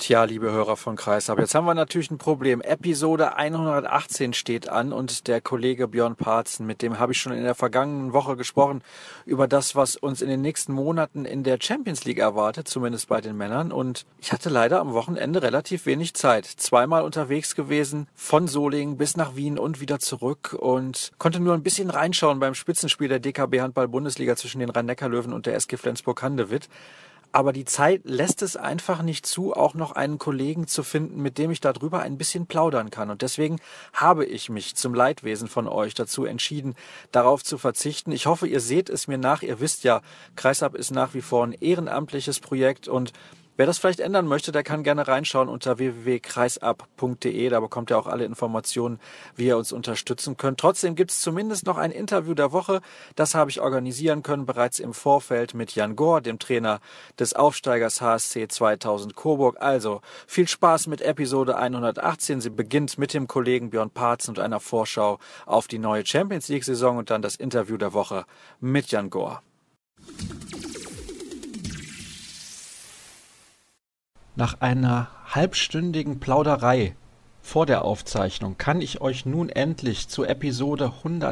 Tja, liebe Hörer von Kreisab, jetzt haben wir natürlich ein Problem. Episode 118 steht an und der Kollege Björn Parzen, mit dem habe ich schon in der vergangenen Woche gesprochen über das, was uns in den nächsten Monaten in der Champions League erwartet, zumindest bei den Männern. Und ich hatte leider am Wochenende relativ wenig Zeit. Zweimal unterwegs gewesen, von Solingen bis nach Wien und wieder zurück und konnte nur ein bisschen reinschauen beim Spitzenspiel der DKB Handball-Bundesliga zwischen den Rhein-Neckar-Löwen und der SG Flensburg-Handewitt. Aber die Zeit lässt es einfach nicht zu, auch noch einen Kollegen zu finden, mit dem ich darüber ein bisschen plaudern kann. Und deswegen habe ich mich zum Leidwesen von euch dazu entschieden, darauf zu verzichten. Ich hoffe, ihr seht es mir nach. Ihr wisst ja, Kreisab ist nach wie vor ein ehrenamtliches Projekt und wer das vielleicht ändern möchte, der kann gerne reinschauen unter www.kreisab.de. Da bekommt ihr auch alle Informationen, wie ihr uns unterstützen könnt. Trotzdem gibt es zumindest noch ein Interview der Woche. Das habe ich organisieren können bereits im Vorfeld mit Jan Gohr, dem Trainer des Aufsteigers HSC 2000 Coburg. Also viel Spaß mit Episode 118. Sie beginnt mit dem Kollegen Björn Parzen und einer Vorschau auf die neue Champions League-Saison und dann das Interview der Woche mit Jan Gohr. Nach einer halbstündigen Plauderei vor der Aufzeichnung kann ich euch nun endlich zu Episode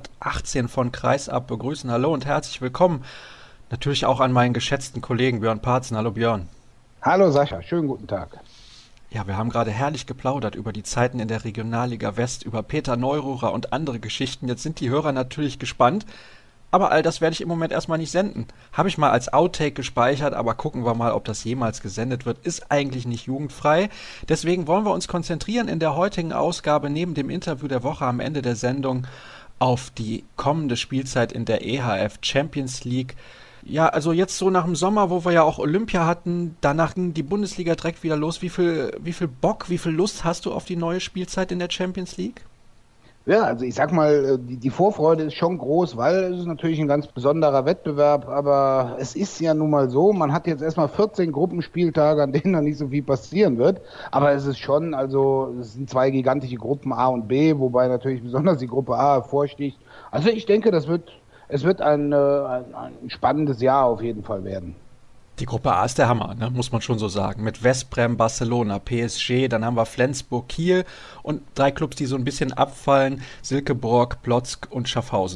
118 von Kreisab begrüßen. Hallo und herzlich willkommen. Natürlich auch an meinen geschätzten Kollegen Björn Parzen. Hallo Björn. Hallo Sascha, schönen guten Tag. Ja, wir haben gerade herrlich geplaudert über die Zeiten in der Regionalliga West, über Peter Neururer und andere Geschichten. Jetzt sind die Hörer natürlich gespannt. Aber all das werde ich im Moment erstmal nicht senden. Habe ich mal als Outtake gespeichert, aber gucken wir mal, ob das jemals gesendet wird. Ist eigentlich nicht jugendfrei. Deswegen wollen wir uns konzentrieren in der heutigen Ausgabe neben dem Interview der Woche am Ende der Sendung auf die kommende Spielzeit in der EHF Champions League. Ja, also jetzt so nach dem Sommer, wo wir ja auch Olympia hatten, danach ging die Bundesliga direkt wieder los. Wie viel Bock, wie viel Lust hast du auf die neue Spielzeit in der Champions League? Ja, also ich sag mal, die Vorfreude ist schon groß, weil es ist natürlich ein ganz besonderer Wettbewerb, aber es ist ja nun mal so, man hat jetzt erstmal 14 Gruppenspieltage, an denen noch nicht so viel passieren wird, aber es ist schon, also es sind zwei gigantische Gruppen A und B, wobei natürlich besonders die Gruppe A hervorsticht. Also ich denke, es wird ein spannendes Jahr auf jeden Fall werden. Die Gruppe A ist der Hammer, ne? Muss man schon so sagen. Mit Westbrem, Barcelona, PSG, dann haben wir Flensburg, Kiel und 3 Clubs, die so ein bisschen abfallen, Silkeborg, Plotzk und Schaffhausen.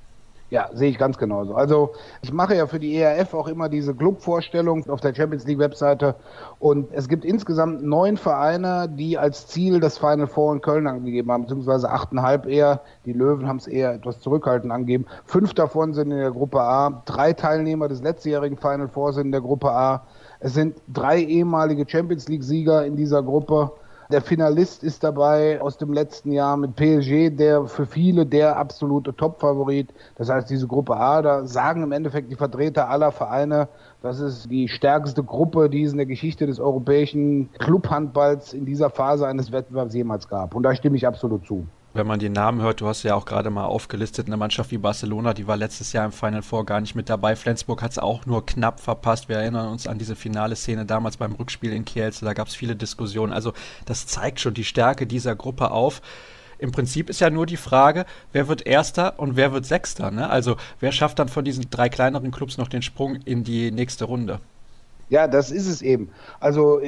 Ja, sehe ich ganz genauso. Also ich mache ja für die ERF auch immer diese Clubvorstellung auf der Champions League Webseite und es gibt insgesamt 9 Vereine, die als Ziel das Final Four in Köln angegeben haben, beziehungsweise 8,5 eher. Die Löwen haben es eher etwas zurückhaltend angegeben. 5 davon sind in der Gruppe A. 3 Teilnehmer des letztjährigen Final Four sind in der Gruppe A. Es sind 3 ehemalige Champions League Sieger in dieser Gruppe. Der Finalist ist dabei aus dem letzten Jahr mit PSG, der für viele der absolute Top-Favorit. Das heißt, diese Gruppe A, da sagen im Endeffekt die Vertreter aller Vereine, das ist die stärkste Gruppe, die es in der Geschichte des europäischen Clubhandballs in dieser Phase eines Wettbewerbs jemals gab. Und da stimme ich absolut zu. Wenn man die Namen hört, du hast ja auch gerade mal aufgelistet, eine Mannschaft wie Barcelona, die war letztes Jahr im Final Four gar nicht mit dabei. Flensburg hat es auch nur knapp verpasst. Wir erinnern uns an diese finale Szene damals beim Rückspiel in Kielce, da gab es viele Diskussionen. Also das zeigt schon die Stärke dieser Gruppe auf. Im Prinzip ist ja nur die Frage, wer wird Erster und wer wird Sechster, ne? Also wer schafft dann von diesen 3 kleineren Clubs noch den Sprung in die nächste Runde? Ja, das ist es eben. Also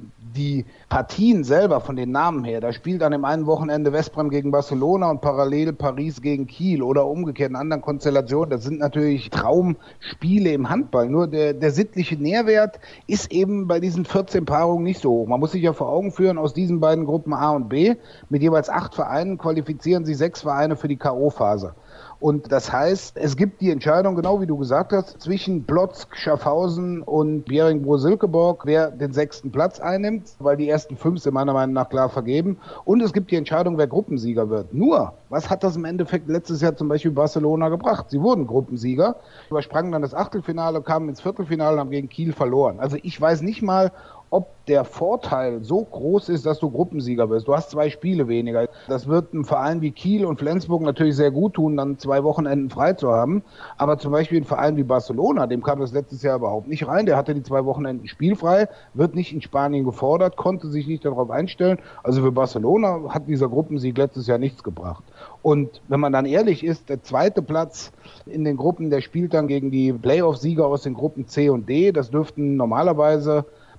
die Partien selber von den Namen her, da spielt an dem einen Wochenende Westbrem gegen Barcelona und parallel Paris gegen Kiel oder umgekehrt in anderen Konstellationen. Das sind natürlich Traumspiele im Handball. Nur der sittliche Nährwert ist eben bei diesen 14 Paarungen nicht so hoch. Man muss sich ja vor Augen führen, aus diesen beiden Gruppen A und B mit jeweils 8 Vereinen qualifizieren sich 6 Vereine für die K.O.-Phase. Und das heißt, es gibt die Entscheidung, genau wie du gesagt hast, zwischen Plotzk, Schaffhausen und Bjerringbro-Silkeborg, wer den 6. Platz einnimmt, weil die ersten 5 sind meiner Meinung nach klar vergeben. Und es gibt die Entscheidung, wer Gruppensieger wird. Nur, was hat das im Endeffekt letztes Jahr zum Beispiel Barcelona gebracht? Sie wurden Gruppensieger, übersprangen dann das Achtelfinale, kamen ins Viertelfinale und haben gegen Kiel verloren. Also ich weiß nicht mal, ob der Vorteil so groß ist, dass du Gruppensieger bist. Du hast 2 Spiele weniger. Das wird einem Verein wie Kiel und Flensburg natürlich sehr gut tun, dann 2 Wochenenden frei zu haben. Aber zum Beispiel ein Verein wie Barcelona, dem kam das letztes Jahr überhaupt nicht rein. Der hatte die 2 Wochenenden spielfrei, wird nicht in Spanien gefordert, konnte sich nicht darauf einstellen. Also für Barcelona hat dieser Gruppensieg letztes Jahr nichts gebracht. Und wenn man dann ehrlich ist, der 2. Platz in den Gruppen, der spielt dann gegen die Playoff-Sieger aus den Gruppen C und D. Das dürften normalerweise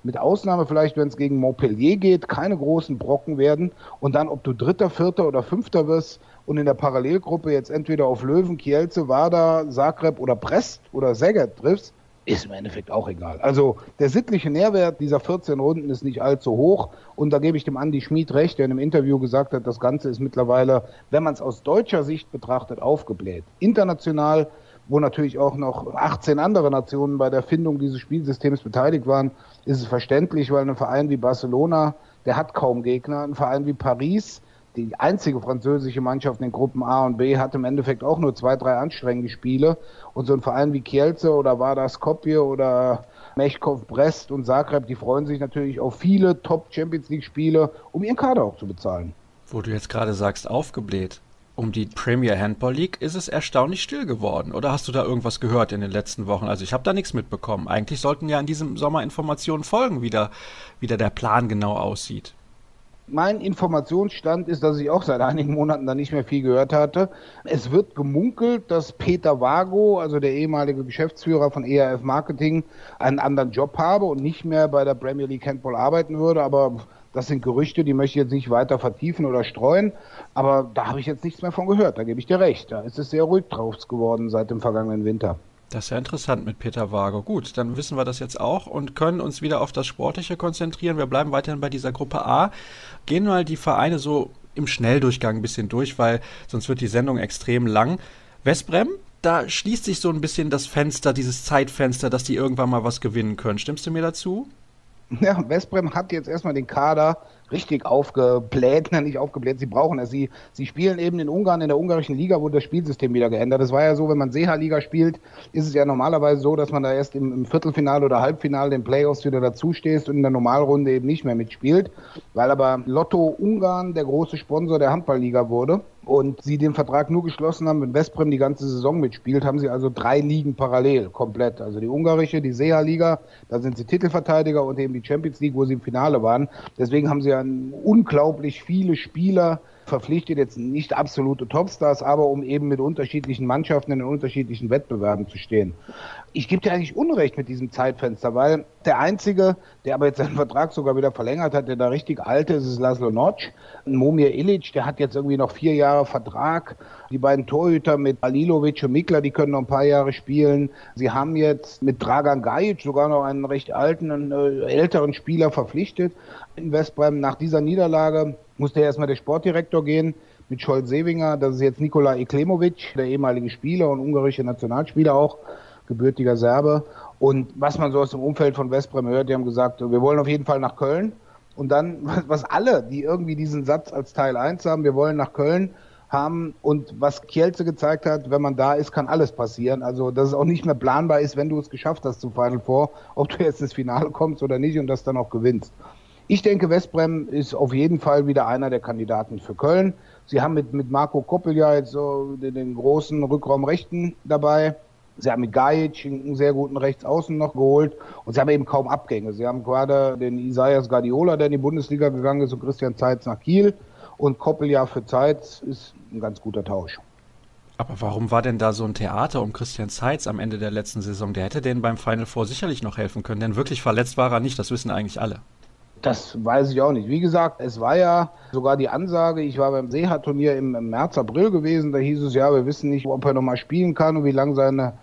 mit Ausnahme vielleicht, wenn es gegen Montpellier geht, keine großen Brocken werden. Und dann, ob du Dritter, Vierter oder Fünfter wirst und in der Parallelgruppe jetzt entweder auf Löwen, Kielce, Vardar, Zagreb oder Brest oder Szeged triffst, ist im Endeffekt auch egal. Also der sittliche Nährwert dieser 14 Runden ist nicht allzu hoch. Und da gebe ich dem Andi Schmid recht, der in einem Interview gesagt hat, das Ganze ist mittlerweile, wenn man es aus deutscher Sicht betrachtet, aufgebläht. International, wo natürlich auch noch 18 andere Nationen bei der Findung dieses Spielsystems beteiligt waren, ist es verständlich, weil ein Verein wie Barcelona, der hat kaum Gegner. Ein Verein wie Paris, die einzige französische Mannschaft in den Gruppen A und B, hat im Endeffekt auch nur 2, 3 anstrengende Spiele. Und so ein Verein wie Kielce oder Vardar Skopje oder Mechkov Brest und Zagreb, die freuen sich natürlich auf viele Top-Champions-League-Spiele, um ihren Kader auch zu bezahlen. Wo du jetzt gerade sagst, aufgebläht. Um die Premier Handball League ist es erstaunlich still geworden. Oder hast du da irgendwas gehört in den letzten Wochen? Also ich habe da nichts mitbekommen. Eigentlich sollten ja in diesem Sommer Informationen folgen, wie der Plan genau aussieht. Mein Informationsstand ist, dass ich auch seit einigen Monaten da nicht mehr viel gehört hatte. Es wird gemunkelt, dass Peter Vago, also der ehemalige Geschäftsführer von ERF Marketing, einen anderen Job habe und nicht mehr bei der Premier League Handball arbeiten würde. Aber das sind Gerüchte, die möchte ich jetzt nicht weiter vertiefen oder streuen. Aber da habe ich jetzt nichts mehr von gehört. Da gebe ich dir recht. Da ist es sehr ruhig drauf geworden seit dem vergangenen Winter. Das ist ja interessant mit Peter Vago. Gut, dann wissen wir das jetzt auch und können uns wieder auf das Sportliche konzentrieren. Wir bleiben weiterhin bei dieser Gruppe A. Gehen mal die Vereine so im Schnelldurchgang ein bisschen durch, weil sonst wird die Sendung extrem lang. Westbrem, da schließt sich so ein bisschen das Fenster, dieses Zeitfenster, dass die irgendwann mal was gewinnen können. Stimmst du mir dazu? Ja, Westbrem hat jetzt erstmal den Kader richtig aufgebläht, nicht aufgebläht, sie brauchen es. Sie spielen eben in Ungarn, in der ungarischen Liga wurde das Spielsystem wieder geändert. Das war ja so, wenn man Seha-Liga spielt, ist es ja normalerweise so, dass man da erst im Viertelfinale oder Halbfinale den Playoffs wieder dazu stehst und in der Normalrunde eben nicht mehr mitspielt, weil aber Lotto Ungarn der große Sponsor der Handballliga wurde und sie den Vertrag nur geschlossen haben, wenn Westbrem die ganze Saison mitspielt, haben sie also 3 Ligen parallel, komplett. Also die ungarische, die Seha-Liga, da sind sie Titelverteidiger und eben die Champions League, wo sie im Finale waren. Deswegen haben sie ja unglaublich viele Spieler verpflichtet, jetzt nicht absolute Topstars, aber um eben mit unterschiedlichen Mannschaften in den unterschiedlichen Wettbewerben zu stehen. Ich gebe dir eigentlich Unrecht mit diesem Zeitfenster, weil der Einzige, der aber jetzt seinen Vertrag sogar wieder verlängert hat, der da richtig alte ist Laszlo Noc. Momir Ilic, der hat jetzt irgendwie noch 4 Jahre Vertrag. Die beiden Torhüter mit Alilovic und Mikla, die können noch ein paar Jahre spielen. Sie haben jetzt mit Dragan Gajic sogar noch einen recht alten, älteren Spieler verpflichtet in Westbrem. Nach dieser Niederlage musste erstmal der Sportdirektor gehen mit Scholt Sevinger. Das ist jetzt Nikola Iklemovic, der ehemalige Spieler und ungarische Nationalspieler auch, gebürtiger Serbe. Und was man so aus dem Umfeld von Westbrem hört, die haben gesagt, wir wollen auf jeden Fall nach Köln. Und dann, was alle, die irgendwie diesen Satz als Teil 1 haben, wir wollen nach Köln haben und was Kielce gezeigt hat, wenn man da ist, kann alles passieren. Also, dass es auch nicht mehr planbar ist, wenn du es geschafft hast zum Final Four, ob du jetzt ins Finale kommst oder nicht und das dann auch gewinnst. Ich denke, Westbrem ist auf jeden Fall wieder einer der Kandidaten für Köln. Sie haben mit Marco Koppel ja jetzt so den großen Rückraumrechten dabei. Sie haben mit Gajic einen sehr guten Rechtsaußen noch geholt und sie haben eben kaum Abgänge. Sie haben gerade den Isaias Guardiola, der in die Bundesliga gegangen ist, und Christian Zeitz nach Kiel. Und Koppel ja für Zeitz ist ein ganz guter Tausch. Aber warum war denn da so ein Theater um Christian Zeitz am Ende der letzten Saison? Der hätte denen beim Final Four sicherlich noch helfen können, denn wirklich verletzt war er nicht, das wissen eigentlich alle. Das weiß ich auch nicht. Wie gesagt, es war ja sogar die Ansage, ich war beim Seha-Turnier im März, April gewesen, da hieß es ja, wir wissen nicht, ob er nochmal spielen kann und wie lange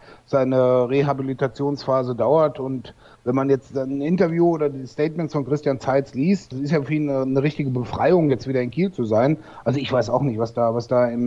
seine Rehabilitationsphase dauert. Und wenn man jetzt ein Interview oder die Statements von Christian Zeitz liest, das ist ja für ihn eine richtige Befreiung, jetzt wieder in Kiel zu sein. Also ich weiß auch nicht, was da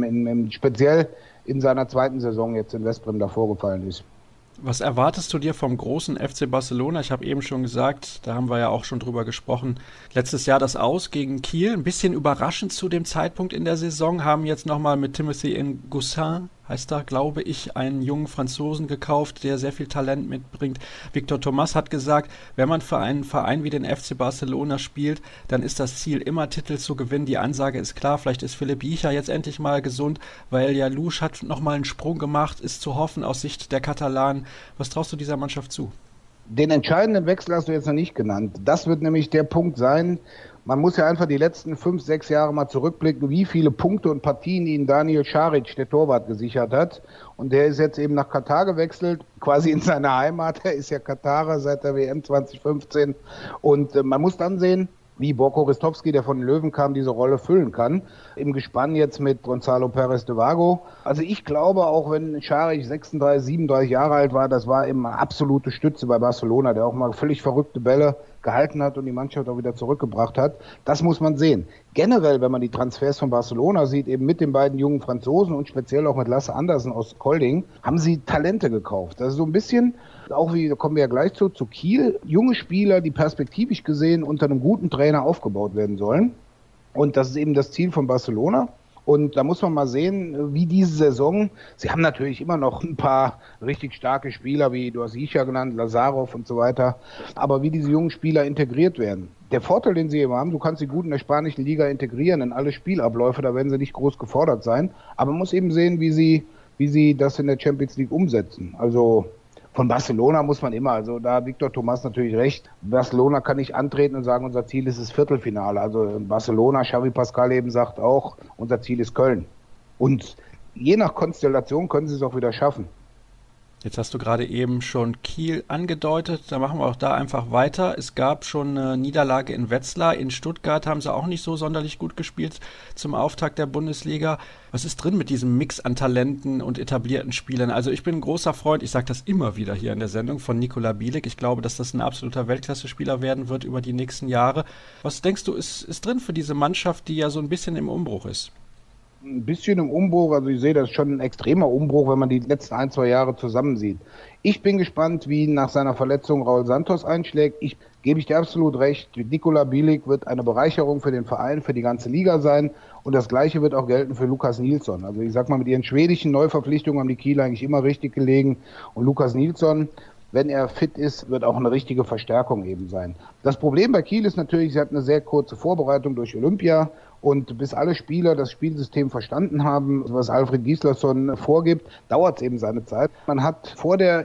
speziell in seiner zweiten Saison jetzt in Westbrem da vorgefallen ist. Was erwartest du dir vom großen FC Barcelona? Ich habe eben schon gesagt, da haben wir ja auch schon drüber gesprochen, letztes Jahr das Aus gegen Kiel. Ein bisschen überraschend zu dem Zeitpunkt in der Saison, haben jetzt nochmal mit Timothy N'Gussin, heißt da, glaube ich, einen jungen Franzosen gekauft, der sehr viel Talent mitbringt. Victor Thomas hat gesagt, wenn man für einen Verein wie den FC Barcelona spielt, dann ist das Ziel immer Titel zu gewinnen. Die Ansage ist klar, vielleicht ist Philipp Biecher jetzt endlich mal gesund, weil Jalouche hat nochmal einen Sprung gemacht, ist zu hoffen aus Sicht der Katalanen. Was traust du dieser Mannschaft zu? Den entscheidenden Wechsel hast du jetzt noch nicht genannt. Das wird nämlich der Punkt sein. Man muss ja einfach die letzten 5, 6 Jahre mal zurückblicken, wie viele Punkte und Partien ihn Daniel Šarić, der Torwart, gesichert hat. Und der ist jetzt eben nach Katar gewechselt, quasi in seine Heimat. Er ist ja Katarer seit der WM 2015. Und man muss dann sehen, wie Borko Ristovski, der von den Löwen kam, diese Rolle füllen kann. Im Gespann jetzt mit Gonzalo Pérez de Vago. Also ich glaube, auch wenn Šarić 36, 37 Jahre alt war, das war eben eine absolute Stütze bei Barcelona, der auch mal völlig verrückte Bälle gehalten hat und die Mannschaft auch wieder zurückgebracht hat. Das muss man sehen. Generell, wenn man die Transfers von Barcelona sieht, eben mit den beiden jungen Franzosen und speziell auch mit Lasse Andersen aus Kolding, haben sie Talente gekauft. Also so ein bisschen, auch wie, da kommen wir ja gleich zu Kiel, junge Spieler, die perspektivisch gesehen unter einem guten Trainer aufgebaut werden sollen. Und das ist eben das Ziel von Barcelona. Und da muss man mal sehen, wie diese Saison, sie haben natürlich immer noch ein paar richtig starke Spieler, wie du hast Ischa genannt, Lazarov und so weiter, aber wie diese jungen Spieler integriert werden. Der Vorteil, den sie eben haben, du kannst sie gut in der spanischen Liga integrieren, in alle Spielabläufe, da werden sie nicht groß gefordert sein, aber man muss eben sehen, wie sie das in der Champions League umsetzen. Also von Barcelona muss man immer, also da hat Victor Tomás natürlich recht, Barcelona kann nicht antreten und sagen, unser Ziel ist das Viertelfinale. Also in Barcelona, Xavi Pascal eben sagt auch, unser Ziel ist Köln. Und je nach Konstellation können sie es auch wieder schaffen. Jetzt hast du gerade eben schon Kiel angedeutet, da machen wir auch da einfach weiter. Es gab schon eine Niederlage in Wetzlar, in Stuttgart haben sie auch nicht so sonderlich gut gespielt zum Auftakt der Bundesliga. Was ist drin mit diesem Mix an Talenten und etablierten Spielern? Also ich bin ein großer Freund, ich sage das immer wieder hier in der Sendung, von Nikola Bielik. Ich glaube, dass das ein absoluter Weltklasse-Spieler werden wird über die nächsten Jahre. Was denkst du, ist drin für diese Mannschaft, die ja so ein bisschen im Umbruch ist? Ein bisschen im Umbruch, also ich sehe das schon ein extremer Umbruch, wenn man die letzten 1, 2 Jahre zusammensieht. Ich bin gespannt, wie nach seiner Verletzung Raul Santos einschlägt. Gebe ich dir absolut recht, Nikola Bielik wird eine Bereicherung für den Verein, für die ganze Liga sein und das Gleiche wird auch gelten für Lukas Nilsson. Also ich sag mal, mit ihren schwedischen Neuverpflichtungen haben die Kieler eigentlich immer richtig gelegen und Lukas Nilsson, wenn er fit ist, wird auch eine richtige Verstärkung eben sein. Das Problem bei Kiel ist natürlich, sie hat eine sehr kurze Vorbereitung durch Olympia und bis alle Spieler das Spielsystem verstanden haben, was Alfred Gislason vorgibt, dauert es eben seine Zeit. Man hat vor der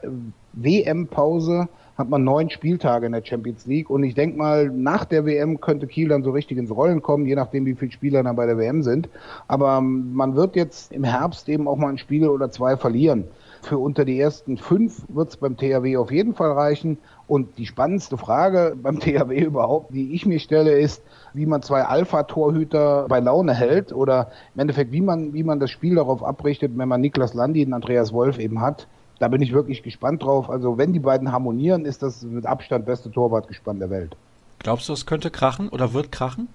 WM-Pause 9 Spieltage in der Champions League und ich denke mal, nach der WM könnte Kiel dann so richtig ins Rollen kommen, je nachdem, wie viele Spieler dann bei der WM sind. Aber man wird jetzt im Herbst eben auch mal ein Spiel oder 2 verlieren. Für unter die ersten 5 wird es beim THW auf jeden Fall reichen. Und die spannendste Frage beim THW überhaupt, die ich mir stelle, ist, wie man 2 Alpha-Torhüter bei Laune hält oder im Endeffekt, wie man das Spiel darauf abrichtet, wenn man Niklas Landin und Andreas Wolf eben hat. Da bin ich wirklich gespannt drauf. Also wenn die beiden harmonieren, ist das mit Abstand beste Torwartgespann der Welt. Glaubst du, es könnte krachen oder wird krachen?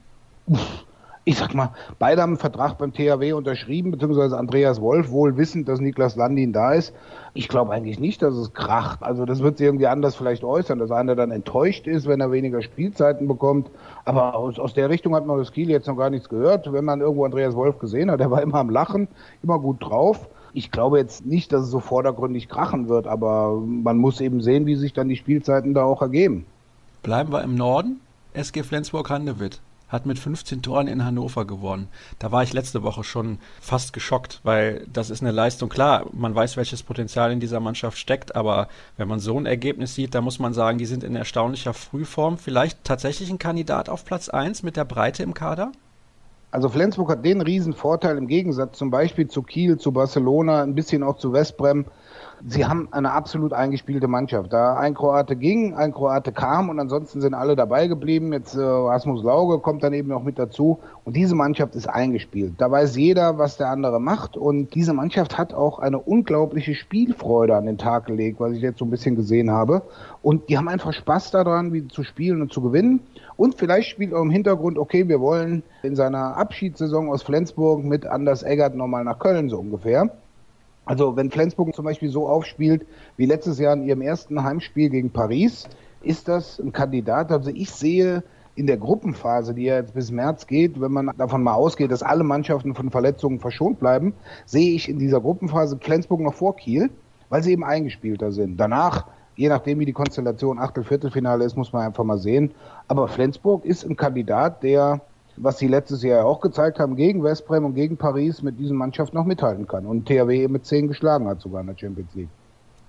Ich sag mal, beide haben einen Vertrag beim THW unterschrieben, beziehungsweise Andreas Wolf, wohl wissend, dass Niklas Landin da ist. Ich glaube eigentlich nicht, dass es kracht. Also das wird sich irgendwie anders vielleicht äußern, dass einer dann enttäuscht ist, wenn er weniger Spielzeiten bekommt. Aber aus der Richtung hat man aus Kiel jetzt noch gar nichts gehört. Wenn man irgendwo Andreas Wolf gesehen hat, der war immer am Lachen, immer gut drauf. Ich glaube jetzt nicht, dass es so vordergründig krachen wird, aber man muss eben sehen, wie sich dann die Spielzeiten da auch ergeben. Bleiben wir im Norden. SG Flensburg-Handewitt hat mit 15 Toren in Hannover gewonnen. Da war ich letzte Woche schon fast geschockt, weil das ist eine Leistung. Klar, man weiß, welches Potenzial in dieser Mannschaft steckt, aber wenn man so ein Ergebnis sieht, da muss man sagen, die sind in erstaunlicher Frühform. Vielleicht tatsächlich ein Kandidat auf Platz 1 mit der Breite im Kader? Also Flensburg hat den riesen Vorteil im Gegensatz zum Beispiel zu Kiel, zu Barcelona, ein bisschen auch zu Westbrem. Sie haben eine absolut eingespielte Mannschaft. Da ein Kroate ging, ein Kroate kam und ansonsten sind alle dabei geblieben. Jetzt Rasmus Lauge kommt dann eben noch mit dazu und diese Mannschaft ist eingespielt. Da weiß jeder, was der andere macht und diese Mannschaft hat auch eine unglaubliche Spielfreude an den Tag gelegt, was ich jetzt so ein bisschen gesehen habe. Und die haben einfach Spaß daran, wie zu spielen und zu gewinnen. Und vielleicht spielt auch im Hintergrund, okay, wir wollen in seiner Abschiedssaison aus Flensburg mit Anders Eggert nochmal nach Köln so ungefähr. Also wenn Flensburg zum Beispiel so aufspielt wie letztes Jahr in ihrem ersten Heimspiel gegen Paris, ist das ein Kandidat. Also ich sehe in der Gruppenphase, die ja jetzt bis März geht, wenn man davon mal ausgeht, dass alle Mannschaften von Verletzungen verschont bleiben, sehe ich in dieser Gruppenphase Flensburg noch vor Kiel, weil sie eben eingespielter sind. Danach, je nachdem wie die Konstellation Achtel-, Viertelfinale ist, muss man einfach mal sehen. Aber Flensburg ist ein Kandidat, der, was sie letztes Jahr auch gezeigt haben, gegen Westbrem und gegen Paris mit diesen Mannschaften noch mithalten kann. Und THW mit 10 geschlagen hat sogar in der Champions League.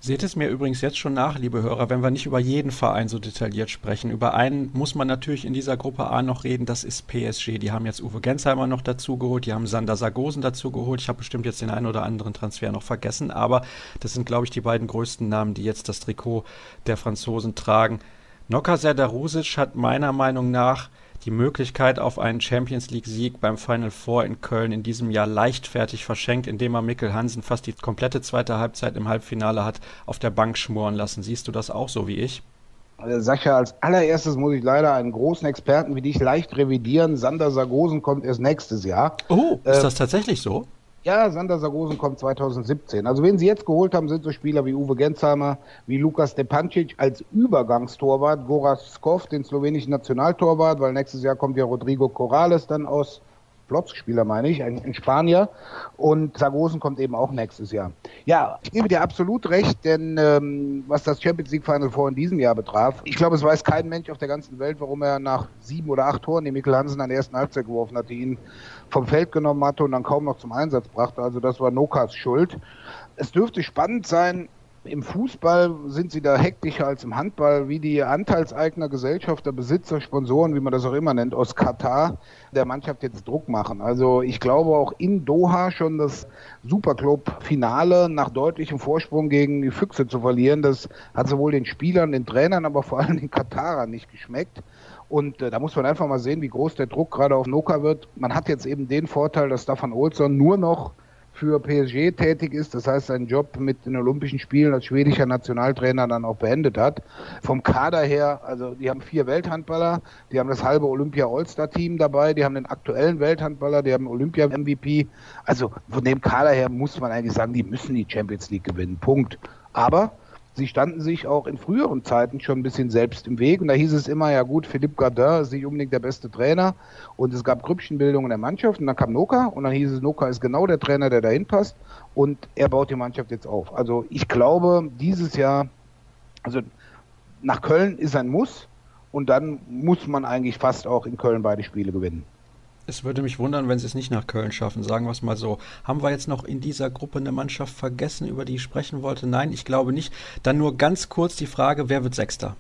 Seht es mir übrigens jetzt schon nach, liebe Hörer, wenn wir nicht über jeden Verein so detailliert sprechen. Über einen muss man natürlich in dieser Gruppe A noch reden, das ist PSG. Die haben jetzt Uwe Gensheimer noch dazu geholt, die haben Sander Sargosen dazu geholt. Ich habe bestimmt jetzt den einen oder anderen Transfer noch vergessen, aber das sind, glaube ich, die beiden größten Namen, die jetzt das Trikot der Franzosen tragen. Noka Serdar-Rusic hat meiner Meinung nach die Möglichkeit auf einen Champions-League-Sieg beim Final Four in Köln in diesem Jahr leichtfertig verschenkt, indem er Mikkel Hansen fast die komplette zweite Halbzeit im Halbfinale hat auf der Bank schmoren lassen. Siehst du das auch so wie ich? Sascha, als allererstes muss ich leider einen großen Experten wie dich leicht revidieren. Sander Sargosen kommt erst nächstes Jahr. Oh, ist das tatsächlich so? Ja, Sander Sargosen kommt 2017. Also wen sie jetzt geholt haben, sind so Spieler wie Uwe Gensheimer, wie Lukas Stepancic als Übergangstorwart, Goras Skov, den slowenischen Nationaltorwart, weil nächstes Jahr kommt ja Rodrigo Corrales dann aus Plotzk-Spieler, meine ich, ein Spanier. Und Sargosen kommt eben auch nächstes Jahr. Ja, ich gebe dir absolut recht, denn was das Champions League Final Four in diesem Jahr betraf, ich glaube, es weiß kein Mensch auf der ganzen Welt, warum er nach 7 oder 8 Toren, die Mikkel Hansen an der ersten Halbzeit geworfen hatte, ihn vom Feld genommen hatte und dann kaum noch zum Einsatz brachte. Also das war Nokas Schuld. Es dürfte spannend sein. Im Fußball sind sie da hektischer als im Handball, wie die Anteilseigner, Gesellschafter, Besitzer, Sponsoren, wie man das auch immer nennt, aus Katar der Mannschaft jetzt Druck machen. Also ich glaube auch in Doha schon das Superclub-Finale nach deutlichem Vorsprung gegen die Füchse zu verlieren. Das hat sowohl den Spielern, den Trainern, aber vor allem den Katarern nicht geschmeckt. Und da muss man einfach mal sehen, wie groß der Druck gerade auf Noka wird. Man hat jetzt eben den Vorteil, dass Staffan Olsson nur noch für PSG tätig ist, das heißt, seinen Job mit den Olympischen Spielen als schwedischer Nationaltrainer dann auch beendet hat. Vom Kader her, also die haben 4 Welthandballer, die haben das halbe Olympia-All-Star-Team dabei, die haben den aktuellen Welthandballer, die haben Olympia-MVP. Also von dem Kader her muss man eigentlich sagen, die müssen die Champions League gewinnen, Punkt. Aber sie standen sich auch in früheren Zeiten schon ein bisschen selbst im Weg. Und da hieß es immer, ja gut, Philippe Gardin ist nicht unbedingt der beste Trainer. Und es gab Grüppchenbildung in der Mannschaft. Und dann kam Noka. Und dann hieß es, Noka ist genau der Trainer, der dahin passt. Und er baut die Mannschaft jetzt auf. Also ich glaube, dieses Jahr, also nach Köln ist ein Muss. Und dann muss man eigentlich fast auch in Köln beide Spiele gewinnen. Es würde mich wundern, wenn sie es nicht nach Köln schaffen, sagen wir es mal so. Haben wir jetzt noch in dieser Gruppe eine Mannschaft vergessen, über die ich sprechen wollte? Nein, ich glaube nicht. Dann nur ganz kurz die Frage, wer wird Sechster?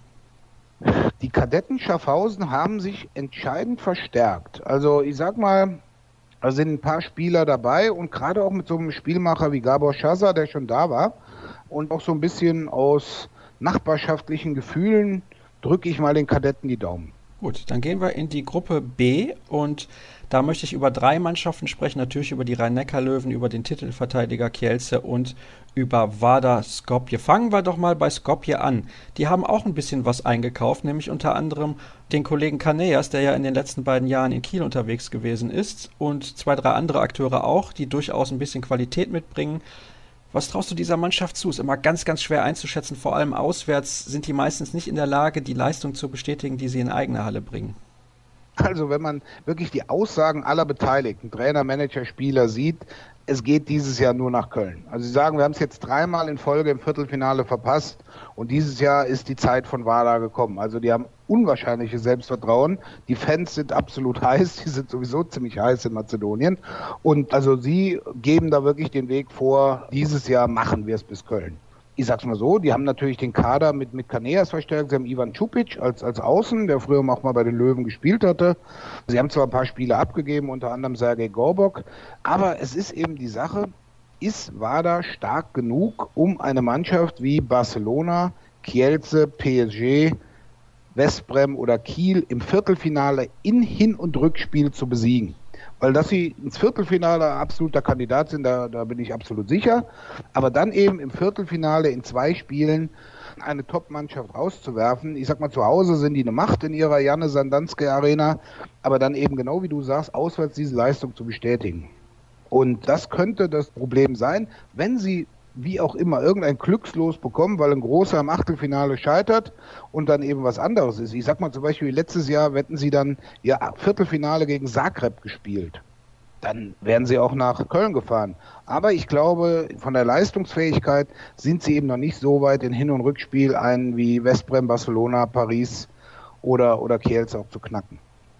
Die Kadetten Schaffhausen haben sich entscheidend verstärkt. Also ich sag mal, da sind ein paar Spieler dabei und gerade auch mit so einem Spielmacher wie Gabor Schaza, der schon da war und auch so ein bisschen aus nachbarschaftlichen Gefühlen drücke ich mal den Kadetten die Daumen. Gut, dann gehen wir in die Gruppe B und da möchte ich über 3 Mannschaften sprechen, natürlich über die Rhein-Neckar-Löwen, über den Titelverteidiger Kielce und über Vardar Skopje. Fangen wir doch mal bei Skopje an. Die haben auch ein bisschen was eingekauft, nämlich unter anderem den Kollegen Kaneas, der ja in den letzten beiden Jahren in Kiel unterwegs gewesen ist und 2, 3 andere Akteure auch, die durchaus ein bisschen Qualität mitbringen. Was traust du dieser Mannschaft zu? Ist immer ganz, ganz schwer einzuschätzen. Vor allem auswärts sind die meistens nicht in der Lage, die Leistung zu bestätigen, die sie in eigener Halle bringen. Also wenn man wirklich die Aussagen aller Beteiligten, Trainer, Manager, Spieler sieht, es geht dieses Jahr nur nach Köln. Also sie sagen, wir haben es jetzt 3-mal in Folge im Viertelfinale verpasst und dieses Jahr ist die Zeit von Vardar gekommen. Also die haben unwahrscheinliches Selbstvertrauen. Die Fans sind absolut heiß, die sind sowieso ziemlich heiß in Mazedonien. Und also sie geben da wirklich den Weg vor, dieses Jahr machen wir es bis Köln. Ich sag's mal so, die haben natürlich den Kader mit Kaneas verstärkt. Sie haben Ivan Čupić als Außen, der früher auch mal bei den Löwen gespielt hatte. Sie haben zwar ein paar Spiele abgegeben, unter anderem Sergej Gorbok, aber es ist eben die Sache, ist Vardar stark genug, um eine Mannschaft wie Barcelona, Kielce, PSG, Westbrem oder Kiel im Viertelfinale in Hin- und Rückspiel zu besiegen? Weil dass sie ins Viertelfinale absoluter Kandidat sind, da bin ich absolut sicher. Aber dann eben im Viertelfinale in 2 Spielen eine Top-Mannschaft rauszuwerfen. Ich sag mal, zu Hause sind die eine Macht in ihrer Janne Sandanske Arena, aber dann eben genau wie du sagst, auswärts diese Leistung zu bestätigen. Und das könnte das Problem sein, wenn sie wie auch immer irgendein Glückslos bekommen, weil ein Großer im Achtelfinale scheitert und dann eben was anderes ist. Ich sag mal zum Beispiel, letztes Jahr hätten sie dann ihr Viertelfinale gegen Zagreb gespielt. Dann wären sie auch nach Köln gefahren. Aber ich glaube, von der Leistungsfähigkeit sind sie eben noch nicht so weit in Hin- und Rückspiel einen wie Westbrem, Barcelona, Paris oder Kielce auch zu knacken.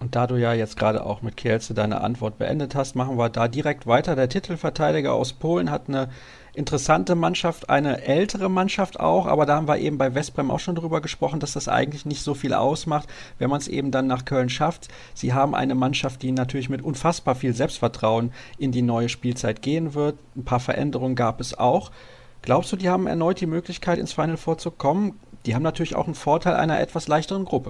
Und da du ja jetzt gerade auch mit Kielce deine Antwort beendet hast, machen wir da direkt weiter. Der Titelverteidiger aus Polen hat eine interessante Mannschaft, eine ältere Mannschaft auch, aber da haben wir eben bei Westbrem auch schon drüber gesprochen, dass das eigentlich nicht so viel ausmacht, wenn man es eben dann nach Köln schafft. Sie haben eine Mannschaft, die natürlich mit unfassbar viel Selbstvertrauen in die neue Spielzeit gehen wird. Ein paar Veränderungen gab es auch. Glaubst du, die haben erneut die Möglichkeit, ins Final Four zu kommen? Die haben natürlich auch einen Vorteil einer etwas leichteren Gruppe.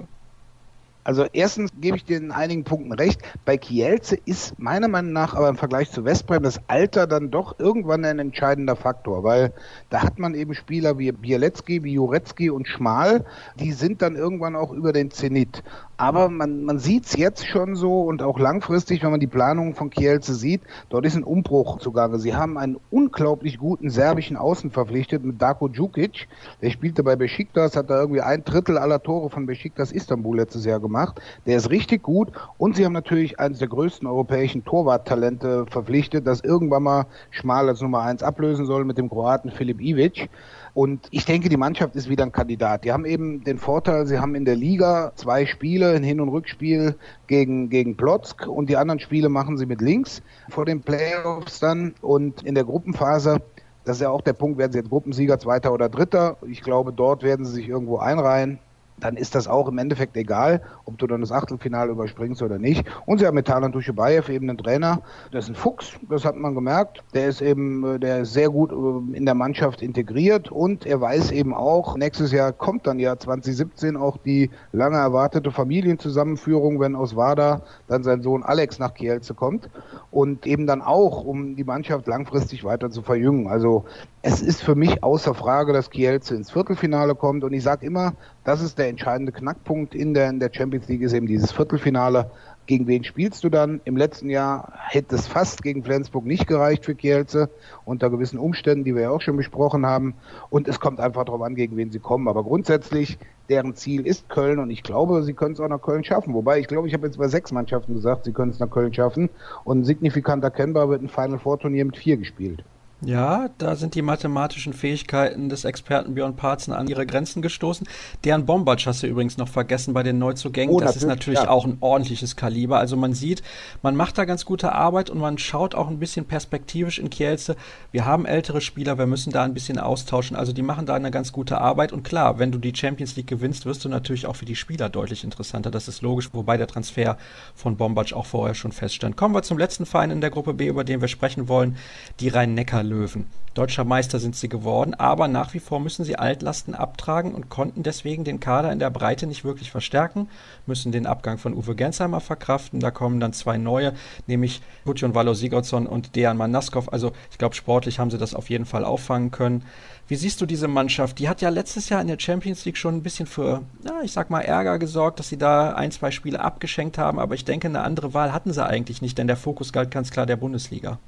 Also erstens gebe ich dir in einigen Punkten recht. Bei Kielce ist meiner Meinung nach aber im Vergleich zu Westbrem das Alter dann doch irgendwann ein entscheidender Faktor, weil da hat man eben Spieler wie Bielecki, wie Jurecki und Schmal, die sind dann irgendwann auch über den Zenit. Aber man sieht es jetzt schon so und auch langfristig, wenn man die Planungen von Kielce sieht, dort ist ein Umbruch zugange. Sie haben einen unglaublich guten serbischen Außen verpflichtet mit Darko Djukic. Der spielte bei Beşiktaş, hat da irgendwie 1/3 aller Tore von Beşiktaş Istanbul letztes Jahr gemacht. Der ist richtig gut und sie haben natürlich eines der größten europäischen Torwarttalente verpflichtet, das irgendwann mal Schmal als Nummer 1 ablösen soll mit dem Kroaten Filip Ivic. Und ich denke, die Mannschaft ist wieder ein Kandidat. Die haben eben den Vorteil, sie haben in der Liga 2 Spiele, ein Hin- und Rückspiel gegen Plock und die anderen Spiele machen sie mit links vor den Playoffs dann. Und in der Gruppenphase, das ist ja auch der Punkt, werden sie jetzt Gruppensieger, Zweiter oder Dritter. Ich glaube, dort werden sie sich irgendwo einreihen. Dann ist das auch im Endeffekt egal, ob du dann das Achtelfinale überspringst oder nicht. Und sie haben mit Talan Tuschebaev eben einen Trainer, der ist ein Fuchs, das hat man gemerkt. Der ist sehr gut in der Mannschaft integriert und er weiß eben auch, nächstes Jahr kommt dann ja 2017 auch die lange erwartete Familienzusammenführung, wenn aus Vardar dann sein Sohn Alex nach Kielce kommt und eben dann auch, um die Mannschaft langfristig weiter zu verjüngen. Also es ist für mich außer Frage, dass Kielce ins Viertelfinale kommt und ich sage immer, das ist der entscheidende Knackpunkt in der Champions League, ist eben dieses Viertelfinale. Gegen wen spielst du dann? Im letzten Jahr hätte es fast gegen Flensburg nicht gereicht für Kielce, unter gewissen Umständen, die wir ja auch schon besprochen haben. Und es kommt einfach darauf an, gegen wen sie kommen. Aber grundsätzlich, deren Ziel ist Köln und ich glaube, sie können es auch nach Köln schaffen. Wobei, ich glaube, ich habe jetzt bei 6 Mannschaften gesagt, sie können es nach Köln schaffen. Und signifikant erkennbar wird ein Final Four Turnier mit 4 gespielt. Ja, da sind die mathematischen Fähigkeiten des Experten Björn Parzen an ihre Grenzen gestoßen. Dejan Bombac hast du übrigens noch vergessen bei den Neuzugängen. Oh, das ist natürlich ja auch ein ordentliches Kaliber. Also man sieht, man macht da ganz gute Arbeit und man schaut auch ein bisschen perspektivisch in Kielce. Wir haben ältere Spieler, wir müssen da ein bisschen austauschen. Also die machen da eine ganz gute Arbeit. Und klar, wenn du die Champions League gewinnst, wirst du natürlich auch für die Spieler deutlich interessanter. Das ist logisch, wobei der Transfer von Bombac auch vorher schon feststand. Kommen wir zum letzten Verein in der Gruppe B, über den wir sprechen wollen, die Rhein-Neckar-Löwen. Deutscher Meister sind sie geworden, aber nach wie vor müssen sie Altlasten abtragen und konnten deswegen den Kader in der Breite nicht wirklich verstärken, müssen den Abgang von Uwe Gensheimer verkraften. Da kommen dann 2 neue, nämlich Gudjon Valo Sigurdsson und Dejan Manaskov. Also ich glaube, sportlich haben sie das auf jeden Fall auffangen können. Wie siehst du diese Mannschaft? Die hat ja letztes Jahr in der Champions League schon ein bisschen für, ich sag mal, Ärger gesorgt, dass sie da 1, 2 Spiele abgeschenkt haben, aber ich denke, eine andere Wahl hatten sie eigentlich nicht, denn der Fokus galt ganz klar der Bundesliga.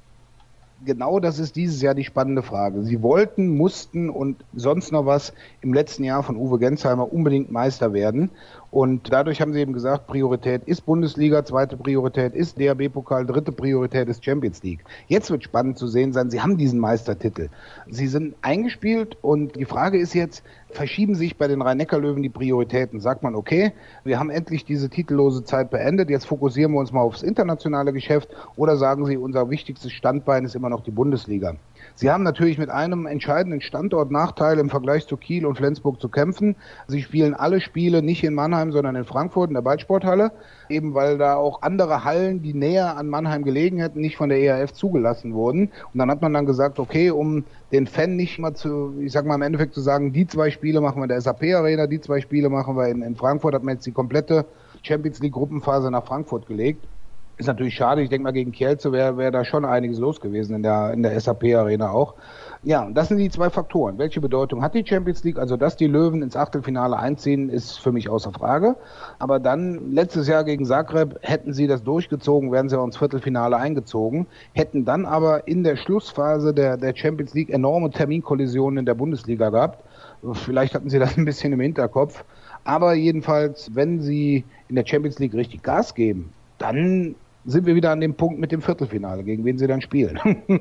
Genau das ist dieses Jahr die spannende Frage. Sie wollten, mussten und sonst noch was im letzten Jahr von Uwe Gensheimer unbedingt Meister werden. Und dadurch haben sie eben gesagt, Priorität ist Bundesliga, zweite Priorität ist DHB-Pokal, dritte Priorität ist Champions League. Jetzt wird spannend zu sehen sein, sie haben diesen Meistertitel. Sie sind eingespielt und die Frage ist jetzt, verschieben sich bei den Rhein-Neckar-Löwen die Prioritäten? Sagt man, okay, wir haben endlich diese titellose Zeit beendet, jetzt fokussieren wir uns mal aufs internationale Geschäft, oder sagen Sie, unser wichtigstes Standbein ist immer noch die Bundesliga? Sie haben natürlich mit einem entscheidenden Standortnachteil im Vergleich zu Kiel und Flensburg zu kämpfen. Sie spielen alle Spiele nicht in Mannheim, sondern in Frankfurt in der Ballsporthalle, eben weil da auch andere Hallen, die näher an Mannheim gelegen hätten, nicht von der EHF zugelassen wurden. Und dann hat man dann gesagt, okay, um den Fan nicht mal im Endeffekt zu sagen, die 2 Spiele machen wir in der SAP Arena, die 2 Spiele machen wir in Frankfurt, hat man jetzt die komplette Champions League Gruppenphase nach Frankfurt gelegt. Ist natürlich schade, ich denke mal, gegen Kielce wäre da schon einiges los gewesen in der SAP Arena auch. Ja, das sind die 2 Faktoren. Welche Bedeutung hat die Champions League? Also, dass die Löwen ins Achtelfinale einziehen, ist für mich außer Frage. Aber dann, letztes Jahr gegen Zagreb, hätten sie das durchgezogen, wären sie auch ins Viertelfinale eingezogen, hätten dann aber in der Schlussphase der Champions League enorme Terminkollisionen in der Bundesliga gehabt. Vielleicht hatten sie das ein bisschen im Hinterkopf. Aber jedenfalls, wenn sie in der Champions League richtig Gas geben, dann sind wir wieder an dem Punkt mit dem Viertelfinale, gegen wen sie dann spielen.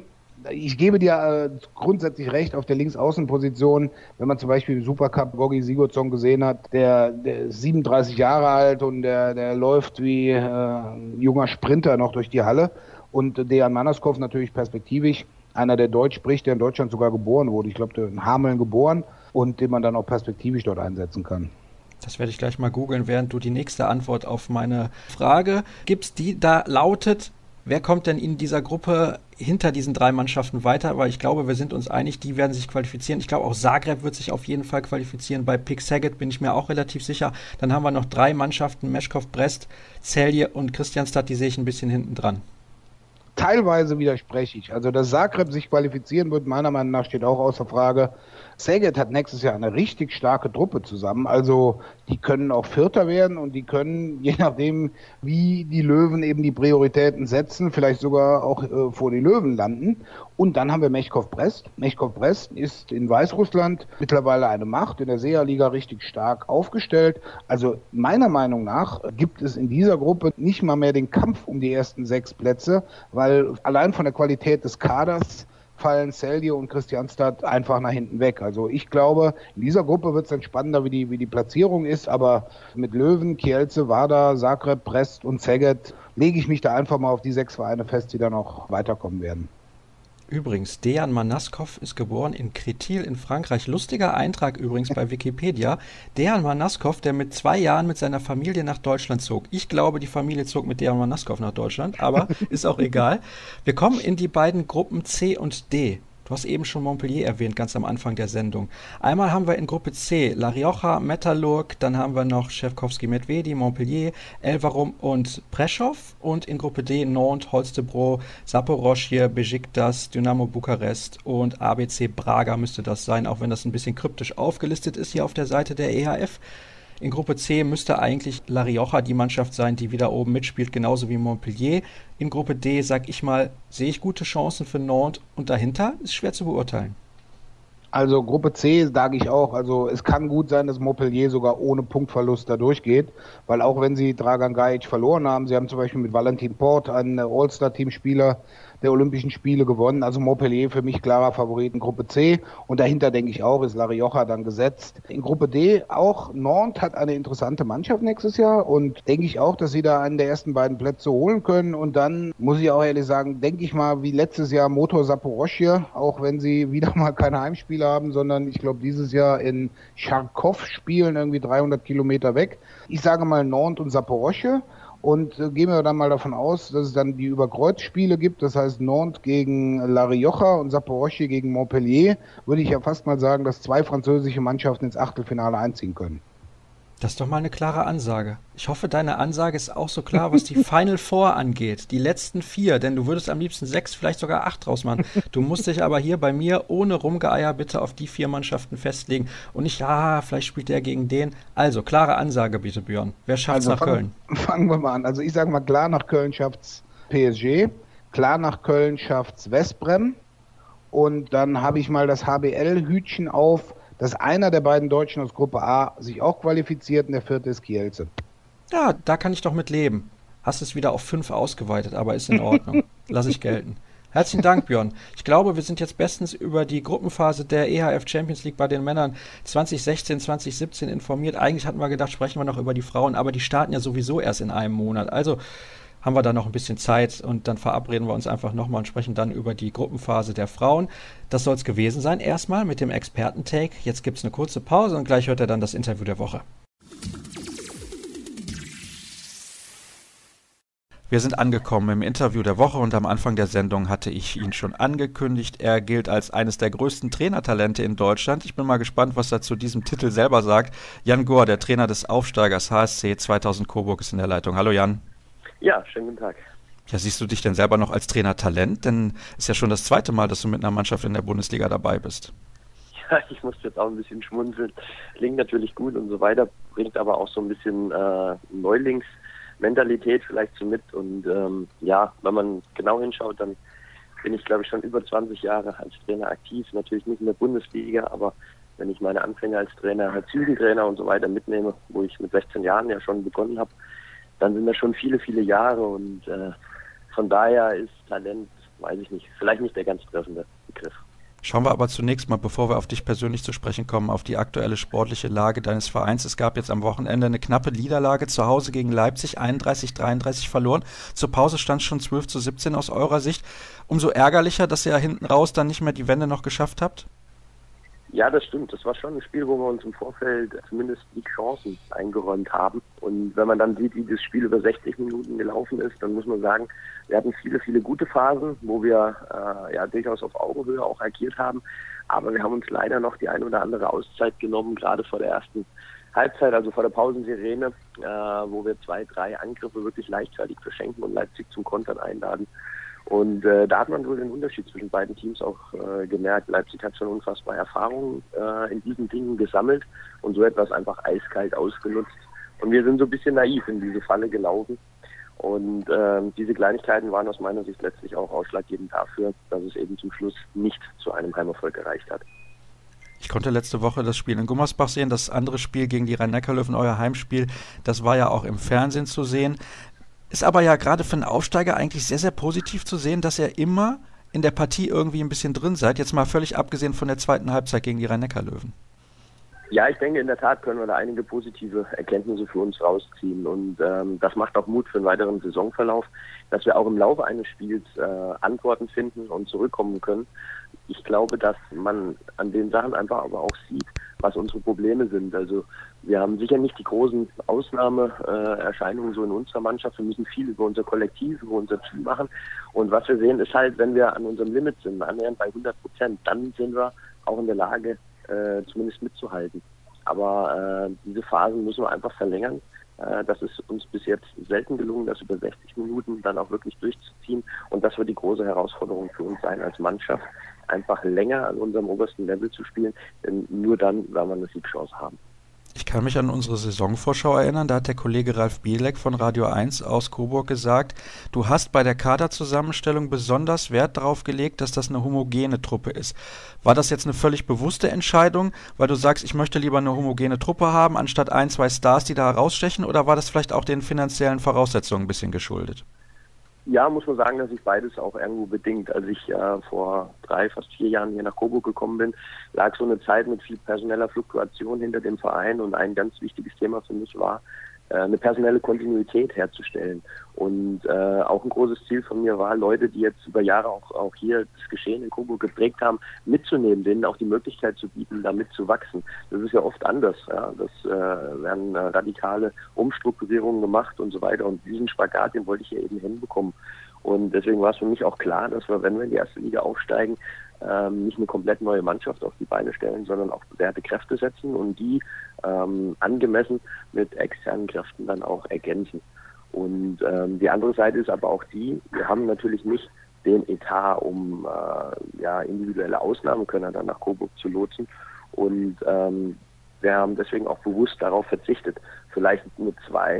ich gebe dir grundsätzlich recht auf der Linksaußenposition, wenn man zum Beispiel im Supercup Gogi Sigurdsson gesehen hat, der ist 37 Jahre alt und der läuft wie ein junger Sprinter noch durch die Halle. Und Dejan Manaskov natürlich perspektivisch, einer, der Deutsch spricht, der in Deutschland sogar geboren wurde. Ich glaube, der in Hameln geboren und den man dann auch perspektivisch dort einsetzen kann. Das werde ich gleich mal googeln, während du die nächste Antwort auf meine Frage gibst, die da lautet: Wer kommt denn in dieser Gruppe hinter diesen 3 Mannschaften weiter? Weil ich glaube, wir sind uns einig, die werden sich qualifizieren. Ich glaube, auch Zagreb wird sich auf jeden Fall qualifizieren. Bei Pick Szeged bin ich mir auch relativ sicher. Dann haben wir noch 3 Mannschaften, Meshkov, Brest, Celje und Kristianstad, die sehe ich ein bisschen hinten dran. Teilweise widerspreche ich. Also, dass Zagreb sich qualifizieren wird, meiner Meinung nach steht auch außer Frage. Szeged hat nächstes Jahr eine richtig starke Truppe zusammen. Also, die können auch Vierter werden und die können, je nachdem, wie die Löwen eben die Prioritäten setzen, vielleicht sogar auch vor die Löwen landen. Und dann haben wir Meshkov Brest. Meshkov Brest ist in Weißrussland mittlerweile eine Macht, in der SEA-Liga richtig stark aufgestellt. Also, meiner Meinung nach gibt es in dieser Gruppe nicht mal mehr den Kampf um die ersten 6 Plätze, weil allein von der Qualität des Kaders fallen Celje und Kristianstad einfach nach hinten weg. Also ich glaube, in dieser Gruppe wird es dann spannender, wie die Platzierung ist, aber mit Löwen, Kielce, Vardar, Zagreb, Brest und Szeged lege ich mich da einfach mal auf die 6 Vereine fest, die da noch weiterkommen werden. Übrigens, Dejan Manaskov ist geboren in Crétil in Frankreich. Lustiger Eintrag übrigens bei Wikipedia. Dejan Manaskov, der mit 2 Jahren mit seiner Familie nach Deutschland zog. Ich glaube, die Familie zog mit Dejan Manaskov nach Deutschland, aber ist auch egal. Wir kommen in die beiden Gruppen C und D. Du hast eben schon Montpellier erwähnt, ganz am Anfang der Sendung. Einmal haben wir in Gruppe C La Rioja, Metalurg, dann haben wir noch Chefkowski Medvedi, Montpellier, Elverum und Prešov. Und in Gruppe D Nantes, Holstebro, Saporoschje, Besiktas, Dynamo Bukarest und ABC Braga müsste das sein, auch wenn das ein bisschen kryptisch aufgelistet ist hier auf der Seite der EHF. In Gruppe C müsste eigentlich La Rioja die Mannschaft sein, die wieder oben mitspielt, genauso wie Montpellier. In Gruppe D, sag ich mal, sehe ich gute Chancen für Nantes und dahinter ist schwer zu beurteilen. Also Gruppe C sage ich auch, also es kann gut sein, dass Montpellier sogar ohne Punktverlust da durchgeht, weil auch wenn sie Dragan Gajic verloren haben, sie haben zum Beispiel mit Valentin Port einen All-Star-Teamspieler der Olympischen Spiele gewonnen, also Montpellier für mich klarer Favorit in Gruppe C und dahinter denke ich auch, ist La Rioja dann gesetzt. In Gruppe D auch Nantes hat eine interessante Mannschaft nächstes Jahr und denke ich auch, dass sie da einen der ersten beiden Plätze holen können und dann muss ich auch ehrlich sagen, denke ich mal wie letztes Jahr Motor Saporoschje, auch wenn sie wieder mal keine Heimspiele haben, sondern ich glaube dieses Jahr in Charkow spielen, irgendwie 300 Kilometer weg. Ich sage mal Nantes und Saporoschje. Und gehen wir dann mal davon aus, dass es dann die Überkreuzspiele gibt, das heißt Nantes gegen La Rioja und Saporoschje gegen Montpellier, würde ich ja fast mal sagen, dass 2 französische Mannschaften ins Achtelfinale einziehen können. Das ist doch mal eine klare Ansage. Ich hoffe, deine Ansage ist auch so klar, was die Final Four angeht. Die letzten 4, denn du würdest am liebsten 6, vielleicht sogar 8 draus machen. Du musst dich aber hier bei mir ohne Rumgeeier bitte auf die 4 Mannschaften festlegen und nicht, vielleicht spielt der gegen den. Also, klare Ansage bitte, Björn. Wer schafft's nach Köln? Fangen wir mal an. Also ich sage mal, klar nach Köln schafft's PSG, klar nach Köln schafft's Westbrem und dann habe ich mal das HBL-Hütchen auf, dass einer der beiden Deutschen aus Gruppe A sich auch qualifiziert und der 4. ist Kielce. Ja, da kann ich doch mit leben. Hast es wieder auf 5 ausgeweitet, aber ist in Ordnung. Lass ich gelten. Herzlichen Dank, Björn. Ich glaube, wir sind jetzt bestens über die Gruppenphase der EHF Champions League bei den Männern 2016, 2017 informiert. Eigentlich hatten wir gedacht, sprechen wir noch über die Frauen, aber die starten ja sowieso erst in einem Monat. Also haben wir da noch ein bisschen Zeit und dann verabreden wir uns einfach nochmal und sprechen dann über die Gruppenphase der Frauen. Das soll es gewesen sein erstmal mit dem Experten-Take. Jetzt gibt es eine kurze Pause und gleich hört er dann das Interview der Woche. Wir sind angekommen im Interview der Woche und am Anfang der Sendung hatte ich ihn schon angekündigt. Er gilt als eines der größten Trainertalente in Deutschland. Ich bin mal gespannt, was er zu diesem Titel selber sagt. Jan Gohr, der Trainer des Aufsteigers HSC 2000 Coburg, ist in der Leitung. Hallo Jan. Ja, schönen guten Tag. Ja, siehst du dich denn selber noch als Trainertalent? Denn es ist ja schon das 2. Mal, dass du mit einer Mannschaft in der Bundesliga dabei bist. Ja, ich musste jetzt auch ein bisschen schmunzeln. Klingt natürlich gut und so weiter, bringt aber auch so ein bisschen Neulingsmentalität vielleicht so mit. Und wenn man genau hinschaut, dann bin ich, glaube ich, schon über 20 Jahre als Trainer aktiv. Natürlich nicht in der Bundesliga, aber wenn ich meine Anfänge als Trainer, als Jugendtrainer und so weiter mitnehme, wo ich mit 16 Jahren ja schon begonnen habe, dann sind das schon viele, viele Jahre und von daher ist Talent weiß ich nicht, vielleicht nicht der ganz treffende Begriff. Schauen wir aber zunächst mal, bevor wir auf dich persönlich zu sprechen kommen, auf die aktuelle sportliche Lage deines Vereins. Es gab jetzt am Wochenende eine knappe Niederlage zu Hause gegen Leipzig, 31-33 verloren. Zur Pause stand es schon 12-17 aus eurer Sicht. Umso ärgerlicher, dass ihr ja hinten raus dann nicht mehr die Wende noch geschafft habt? Ja, das stimmt. Das war schon ein Spiel, wo wir uns im Vorfeld zumindest die Chancen eingeräumt haben. Und wenn man dann sieht, wie das Spiel über 60 Minuten gelaufen ist, dann muss man sagen, wir hatten viele, viele gute Phasen, wo wir durchaus auf Augenhöhe auch agiert haben. Aber wir haben uns leider noch die ein oder andere Auszeit genommen, gerade vor der ersten Halbzeit, also vor der Pausensirene, wo wir 2, 3 Angriffe wirklich leichtfertig verschenken und Leipzig zum Kontern einladen. Und da hat man wohl den Unterschied zwischen beiden Teams auch gemerkt. Leipzig hat schon unfassbar Erfahrungen in diesen Dingen gesammelt und so etwas einfach eiskalt ausgenutzt. Und wir sind so ein bisschen naiv in diese Falle gelaufen. Und diese Kleinigkeiten waren aus meiner Sicht letztlich auch ausschlaggebend dafür, dass es eben zum Schluss nicht zu einem Heimerfolg gereicht hat. Ich konnte letzte Woche das Spiel in Gummersbach sehen. Das andere Spiel gegen die Rhein-Neckar-Löwen, euer Heimspiel, das war ja auch im Fernsehen zu sehen. Ist aber ja gerade für einen Aufsteiger eigentlich sehr, sehr positiv zu sehen, dass ihr immer in der Partie irgendwie ein bisschen drin seid. Jetzt mal völlig abgesehen von der zweiten Halbzeit gegen die Rhein-Neckar-Löwen. Ja, ich denke, in der Tat können wir da einige positive Erkenntnisse für uns rausziehen. Und das macht auch Mut für einen weiteren Saisonverlauf, dass wir auch im Laufe eines Spiels Antworten finden und zurückkommen können. Ich glaube, dass man an den Sachen einfach aber auch sieht, was unsere Probleme sind. Also wir haben sicher nicht die großen Ausnahmeerscheinungen so in unserer Mannschaft. Wir müssen viel über unser Kollektiv, über unser Team machen. Und was wir sehen, ist halt, wenn wir an unserem Limit sind, annähernd bei 100%, dann sind wir auch in der Lage, zumindest mitzuhalten. Aber diese Phasen müssen wir einfach verlängern. Das ist uns bis jetzt selten gelungen, das über 60 Minuten dann auch wirklich durchzuziehen. Und das wird die große Herausforderung für uns sein als Mannschaft, einfach länger an unserem obersten Level zu spielen, denn nur dann werden wir eine Siegchance haben. Ich kann mich an unsere Saisonvorschau erinnern, da hat der Kollege Ralf Bielek von Radio 1 aus Coburg gesagt, du hast bei der Kaderzusammenstellung besonders Wert darauf gelegt, dass das eine homogene Truppe ist. War das jetzt eine völlig bewusste Entscheidung, weil du sagst, ich möchte lieber eine homogene Truppe haben, anstatt 1, 2 Stars, die da herausstechen, oder war das vielleicht auch den finanziellen Voraussetzungen ein bisschen geschuldet? Ja, muss man sagen, dass sich beides auch irgendwo bedingt. Als ich vor 3, fast 4 Jahren hier nach Coburg gekommen bin, lag so eine Zeit mit viel personeller Fluktuation hinter dem Verein und ein ganz wichtiges Thema für mich war, eine personelle Kontinuität herzustellen. Und auch ein großes Ziel von mir war, Leute, die jetzt über Jahre auch hier das Geschehen in Coburg geprägt haben, mitzunehmen, denen auch die Möglichkeit zu bieten, da mitzuwachsen. Das ist ja oft anders. Ja. Das werden radikale Umstrukturierungen gemacht und so weiter. Und diesen Spagat, den wollte ich hier eben hinbekommen. Und deswegen war es für mich auch klar, dass wir, wenn wir in die erste Liga aufsteigen, nicht eine komplett neue Mannschaft auf die Beine stellen, sondern auch bewährte Kräfte setzen und die angemessen mit externen Kräften dann auch ergänzen. Und die andere Seite ist aber auch die, wir haben natürlich nicht den Etat, um individuelle Ausnahmekönner dann nach Coburg zu lotsen. Und wir haben deswegen auch bewusst darauf verzichtet, vielleicht nur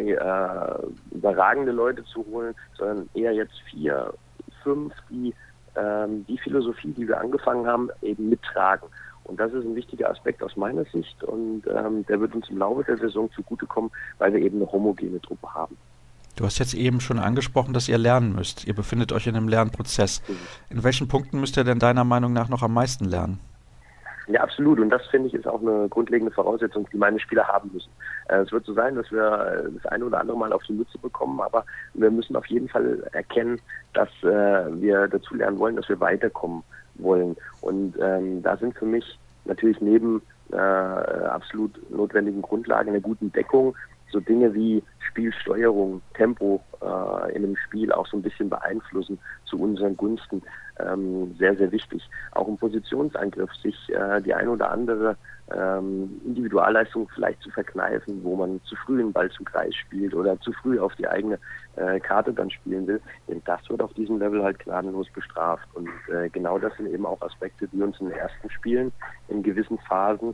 2 überragende Leute zu holen, sondern eher jetzt 4, 5, die die Philosophie, die wir angefangen haben, eben mittragen. Und das ist ein wichtiger Aspekt aus meiner Sicht und der wird uns im Laufe der Saison zugutekommen, weil wir eben eine homogene Truppe haben. Du hast jetzt eben schon angesprochen, dass ihr lernen müsst. Ihr befindet euch in einem Lernprozess. In welchen Punkten müsst ihr denn deiner Meinung nach noch am meisten lernen? Ja, absolut. Und das, finde ich, ist auch eine grundlegende Voraussetzung, die meine Spieler haben müssen. Es wird so sein, dass wir das eine oder andere Mal auf die Mütze bekommen, aber wir müssen auf jeden Fall erkennen, dass wir dazu lernen wollen, dass wir weiterkommen wollen. Und da sind für mich natürlich neben absolut notwendigen Grundlagen einer guten Deckung so Dinge wie Spielsteuerung, Tempo in einem Spiel auch so ein bisschen beeinflussen zu unseren Gunsten, sehr, sehr wichtig. Auch im Positionsangriff sich die ein oder andere Individualleistung vielleicht zu verkneifen, wo man zu früh den Ball zum Kreis spielt oder zu früh auf die eigene Karte dann spielen will. Denn das wird auf diesem Level halt gnadenlos bestraft. Und genau das sind eben auch Aspekte, die uns in den ersten Spielen in gewissen Phasen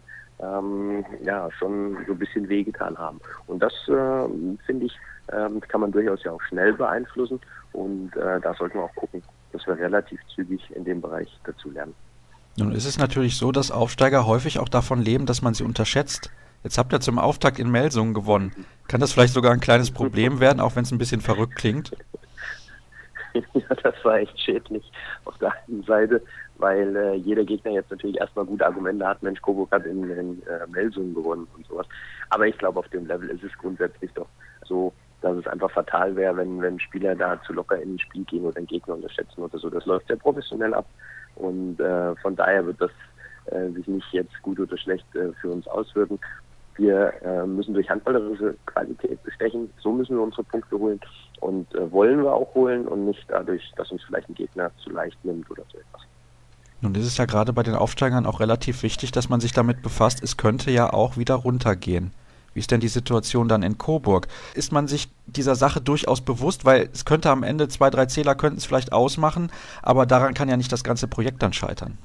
schon so ein bisschen wehgetan haben. Und das, finde ich, kann man durchaus ja auch schnell beeinflussen. Und da sollten wir auch gucken, dass wir relativ zügig in dem Bereich dazu lernen. Nun ist es natürlich so, dass Aufsteiger häufig auch davon leben, dass man sie unterschätzt. Jetzt habt ihr zum Auftakt in Melsungen gewonnen. Kann das vielleicht sogar ein kleines Problem werden, auch wenn es ein bisschen verrückt klingt? Ja, das war echt schädlich auf der einen Seite, weil jeder Gegner jetzt natürlich erstmal gute Argumente hat. Mensch, Coburg hat in Melsungen gewonnen und sowas. Aber ich glaube, auf dem Level ist es grundsätzlich doch so, dass es einfach fatal wäre, wenn Spieler da zu locker in ein Spiel gehen oder den Gegner unterschätzen oder so. Das läuft sehr professionell ab und von daher wird das sich nicht jetzt gut oder schlecht für uns auswirken. Wir müssen durch handballerische Qualität bestechen. So müssen wir unsere Punkte holen und wollen wir auch holen und nicht dadurch, dass uns vielleicht ein Gegner zu leicht nimmt oder so etwas. Nun ist es ja gerade bei den Aufsteigern auch relativ wichtig, dass man sich damit befasst. Es könnte ja auch wieder runtergehen. Wie ist denn die Situation dann in Coburg? Ist man sich dieser Sache durchaus bewusst? Weil es könnte am Ende 2, 3 Zähler könnten es vielleicht ausmachen, aber daran kann ja nicht das ganze Projekt dann scheitern.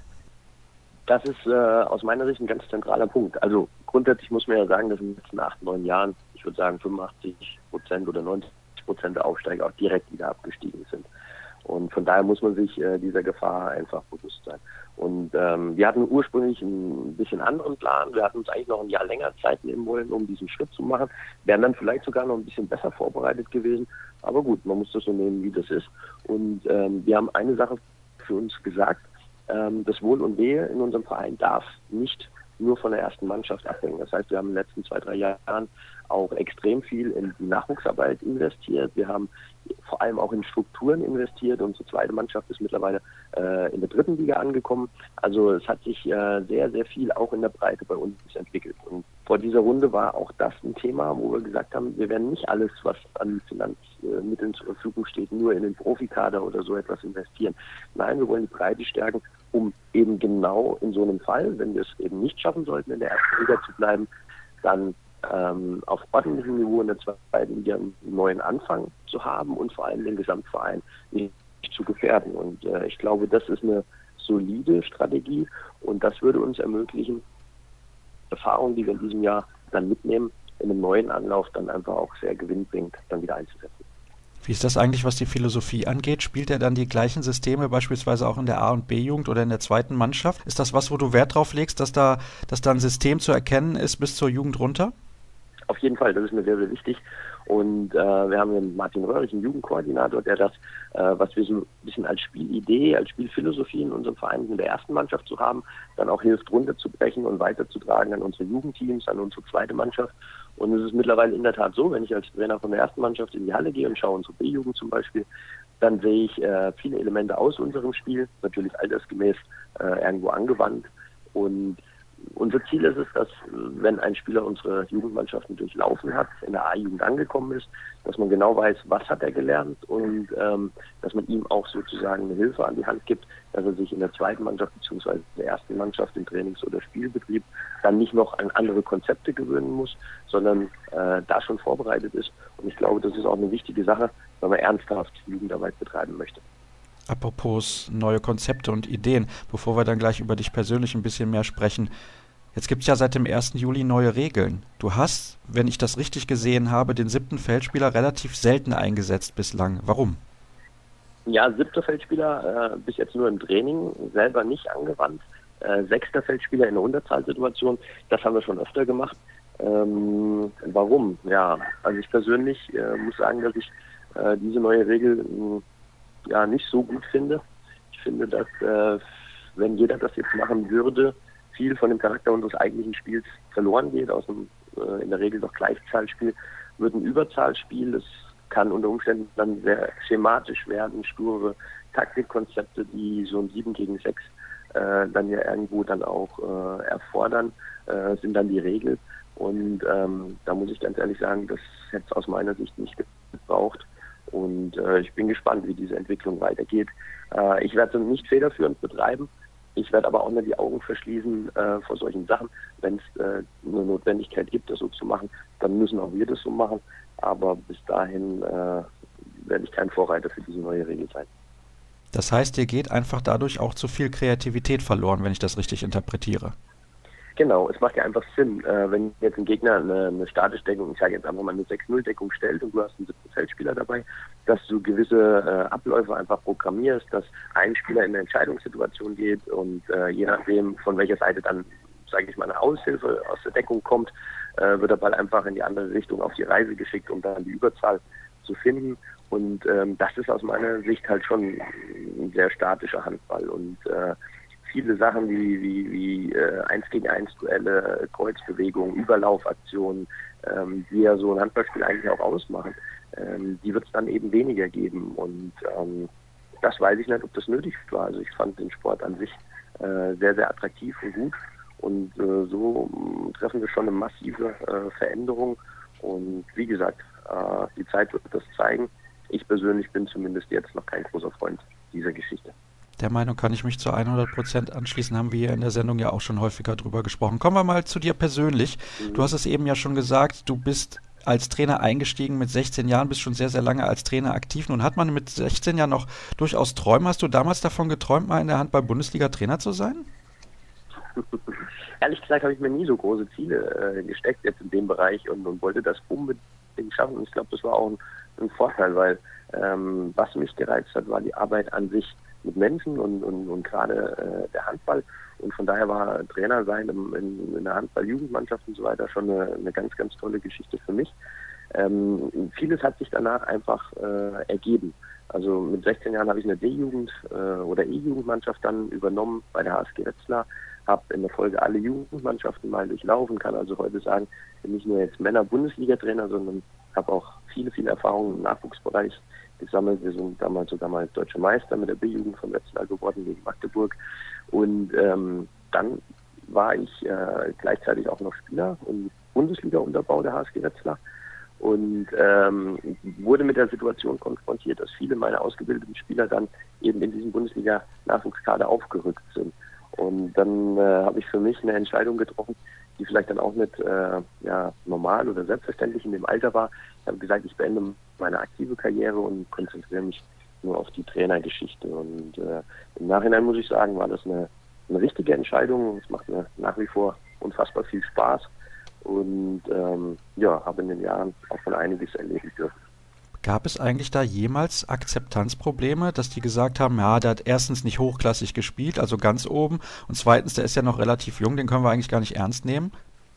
Das ist aus meiner Sicht ein ganz zentraler Punkt. Also grundsätzlich muss man ja sagen, dass in den letzten 8, 9 Jahren, ich würde sagen 85% oder 90% der Aufsteiger auch direkt wieder abgestiegen sind. Und von daher muss man sich dieser Gefahr einfach bewusst sein. Und wir hatten ursprünglich ein bisschen anderen Plan. Wir hatten uns eigentlich noch ein Jahr länger Zeit nehmen wollen, um diesen Schritt zu machen. Wären dann vielleicht sogar noch ein bisschen besser vorbereitet gewesen. Aber gut, man muss das so nehmen, wie das ist. Und wir haben eine Sache für uns gesagt. Das Wohl und Wehe in unserem Verein darf nicht nur von der ersten Mannschaft abhängen. Das heißt, wir haben in den letzten 2, 3 Jahren auch extrem viel in die Nachwuchsarbeit investiert. Wir haben vor allem auch in Strukturen investiert. Unsere zweite Mannschaft ist mittlerweile in der 3. Liga angekommen. Also es hat sich sehr, sehr viel auch in der Breite bei uns entwickelt. Und vor dieser Runde war auch das ein Thema, wo wir gesagt haben, wir werden nicht alles, was an Finanzmitteln zur Verfügung steht, nur in den Profikader oder so etwas investieren. Nein, wir wollen die Breite stärken, um eben genau in so einem Fall, wenn wir es eben nicht schaffen sollten, in der ersten Liga zu bleiben, dann auf ordentlichem Niveau in der zweiten Liga einen neuen Anfang zu haben und vor allem den Gesamtverein nicht zu gefährden. Und ich glaube, das ist eine solide Strategie und das würde uns ermöglichen, Erfahrungen, die wir in diesem Jahr dann mitnehmen, in einem neuen Anlauf dann einfach auch sehr gewinnbringend dann wieder einzusetzen. Wie ist das eigentlich, was die Philosophie angeht? Spielt er dann die gleichen Systeme beispielsweise auch in der A- und B-Jugend oder in der zweiten Mannschaft? Ist das was, wo du Wert drauf legst, dass da ein System zu erkennen ist bis zur Jugend runter? Auf jeden Fall, das ist mir sehr, sehr wichtig. Und wir haben hier Martin Röhrig, einen Jugendkoordinator, der das, was wir so ein bisschen als Spielidee, als Spielphilosophie in unserem Verein in der ersten Mannschaft zu haben, dann auch hilft, runterzubrechen und weiterzutragen an unsere Jugendteams, an unsere zweite Mannschaft. Und es ist mittlerweile in der Tat so, wenn ich als Trainer von der ersten Mannschaft in die Halle gehe und schaue unsere B-Jugend zum Beispiel, dann sehe ich viele Elemente aus unserem Spiel, natürlich altersgemäß irgendwo angewandt. Und unser Ziel ist es, dass wenn ein Spieler unsere Jugendmannschaften durchlaufen hat, in der A-Jugend angekommen ist, dass man genau weiß, was hat er gelernt und dass man ihm auch sozusagen eine Hilfe an die Hand gibt, dass er sich in der zweiten Mannschaft bzw. der ersten Mannschaft im Trainings- oder Spielbetrieb dann nicht noch an andere Konzepte gewöhnen muss, sondern da schon vorbereitet ist. Und ich glaube, das ist auch eine wichtige Sache, wenn man ernsthaft Jugendarbeit betreiben möchte. Apropos neue Konzepte und Ideen, bevor wir dann gleich über dich persönlich ein bisschen mehr sprechen. Jetzt gibt es ja seit dem 1. Juli neue Regeln. Du hast, wenn ich das richtig gesehen habe, den 7. Feldspieler relativ selten eingesetzt bislang. Warum? Ja, 7. Feldspieler bis jetzt nur im Training, selber nicht angewandt. 6. Feldspieler in der Unterzahlsituation, das haben wir schon öfter gemacht. Warum? Ja, also ich persönlich muss sagen, dass ich diese neue Regel nicht so gut finde. Ich finde, dass wenn jeder das jetzt machen würde, viel von dem Charakter unseres eigentlichen Spiels verloren geht. Aus einem in der Regel doch Gleichzahlspiel wird ein Überzahlspiel. Das kann unter Umständen dann sehr schematisch werden, sture Taktikkonzepte, die so ein 7 gegen 6 dann ja irgendwo dann auch erfordern, sind dann die Regel. Und da muss ich ganz ehrlich sagen, das hätte es aus meiner Sicht nicht gebraucht. Und ich bin gespannt, wie diese Entwicklung weitergeht. Ich werde es nicht federführend betreiben. Ich werde aber auch nicht die Augen verschließen vor solchen Sachen. Wenn es eine Notwendigkeit gibt, das so zu machen, dann müssen auch wir das so machen. Aber bis dahin werde ich kein Vorreiter für diese neue Regel sein. Das heißt, dir geht einfach dadurch auch zu viel Kreativität verloren, wenn ich das richtig interpretiere. Genau, es macht ja einfach Sinn, wenn jetzt ein Gegner eine statische Deckung, ich sage jetzt einfach mal eine 6-0-Deckung stellt und du hast einen 7. Feldspieler dabei, dass du gewisse Abläufe einfach programmierst, dass ein Spieler in eine Entscheidungssituation geht und je nachdem, von welcher Seite dann, sage ich mal, eine Aushilfe aus der Deckung kommt, wird der Ball einfach in die andere Richtung auf die Reise geschickt, um dann die Überzahl zu finden. Und das ist aus meiner Sicht halt schon ein sehr statischer Handball. Und viele Sachen wie 1 gegen 1 Duelle, Kreuzbewegungen, Überlaufaktionen, die ja so ein Handballspiel eigentlich auch ausmachen, die wird es dann eben weniger geben. Und das weiß ich nicht, ob das nötig war. Also ich fand den Sport an sich sehr, sehr attraktiv und gut. Und so treffen wir schon eine massive Veränderung. Und wie gesagt, die Zeit wird das zeigen. Ich persönlich bin zumindest jetzt noch kein großer Freund dieser Geschichte. Der Meinung kann ich mich zu 100% anschließen, haben wir hier in der Sendung ja auch schon häufiger drüber gesprochen. Kommen wir mal zu dir persönlich. Du hast es eben ja schon gesagt, du bist als Trainer eingestiegen mit 16 Jahren, bist schon sehr, sehr lange als Trainer aktiv. Nun hat man mit 16 ja noch durchaus Träume. Hast du damals davon geträumt, mal in der Handball-Bundesliga Trainer zu sein? Ehrlich gesagt habe ich mir nie so große Ziele gesteckt jetzt in dem Bereich und wollte das unbedingt schaffen. Und ich glaube, das war auch ein Vorteil, weil was mich gereizt hat, war die Arbeit an sich mit Menschen und gerade der Handball. Und von daher war Trainer sein in der Handball-Jugendmannschaft und so weiter schon eine ganz, ganz tolle Geschichte für mich. Vieles hat sich danach einfach ergeben. Also mit 16 Jahren habe ich eine D-Jugend oder E-Jugendmannschaft dann übernommen bei der HSG Wetzlar, habe in der Folge alle Jugendmannschaften mal durchlaufen, kann also heute sagen, bin nicht nur jetzt Männer-Bundesliga-Trainer, sondern habe auch viele, viele Erfahrungen im Nachwuchsbereich gesammelt. Wir sind damals sogar mal Deutscher Meister mit der B-Jugend von Wetzlar geworden gegen Magdeburg. Und dann war ich gleichzeitig auch noch Spieler im Bundesliga-Unterbau der HSG Wetzlar und wurde mit der Situation konfrontiert, dass viele meiner ausgebildeten Spieler dann eben in diesem Bundesliga-Nachwuchskader aufgerückt sind. Und dann habe ich für mich eine Entscheidung getroffen, die vielleicht dann auch nicht normal oder selbstverständlich in dem Alter war. Ich habe gesagt, ich beende meine aktive Karriere und konzentriere mich nur auf die Trainergeschichte. Und im Nachhinein muss ich sagen, war das eine richtige Entscheidung. Es macht mir nach wie vor unfassbar viel Spaß und habe in den Jahren auch schon einiges erleben dürfen. Gab es eigentlich da jemals Akzeptanzprobleme, dass die gesagt haben, ja, der hat erstens nicht hochklassig gespielt, also ganz oben, und zweitens, der ist ja noch relativ jung, den können wir eigentlich gar nicht ernst nehmen?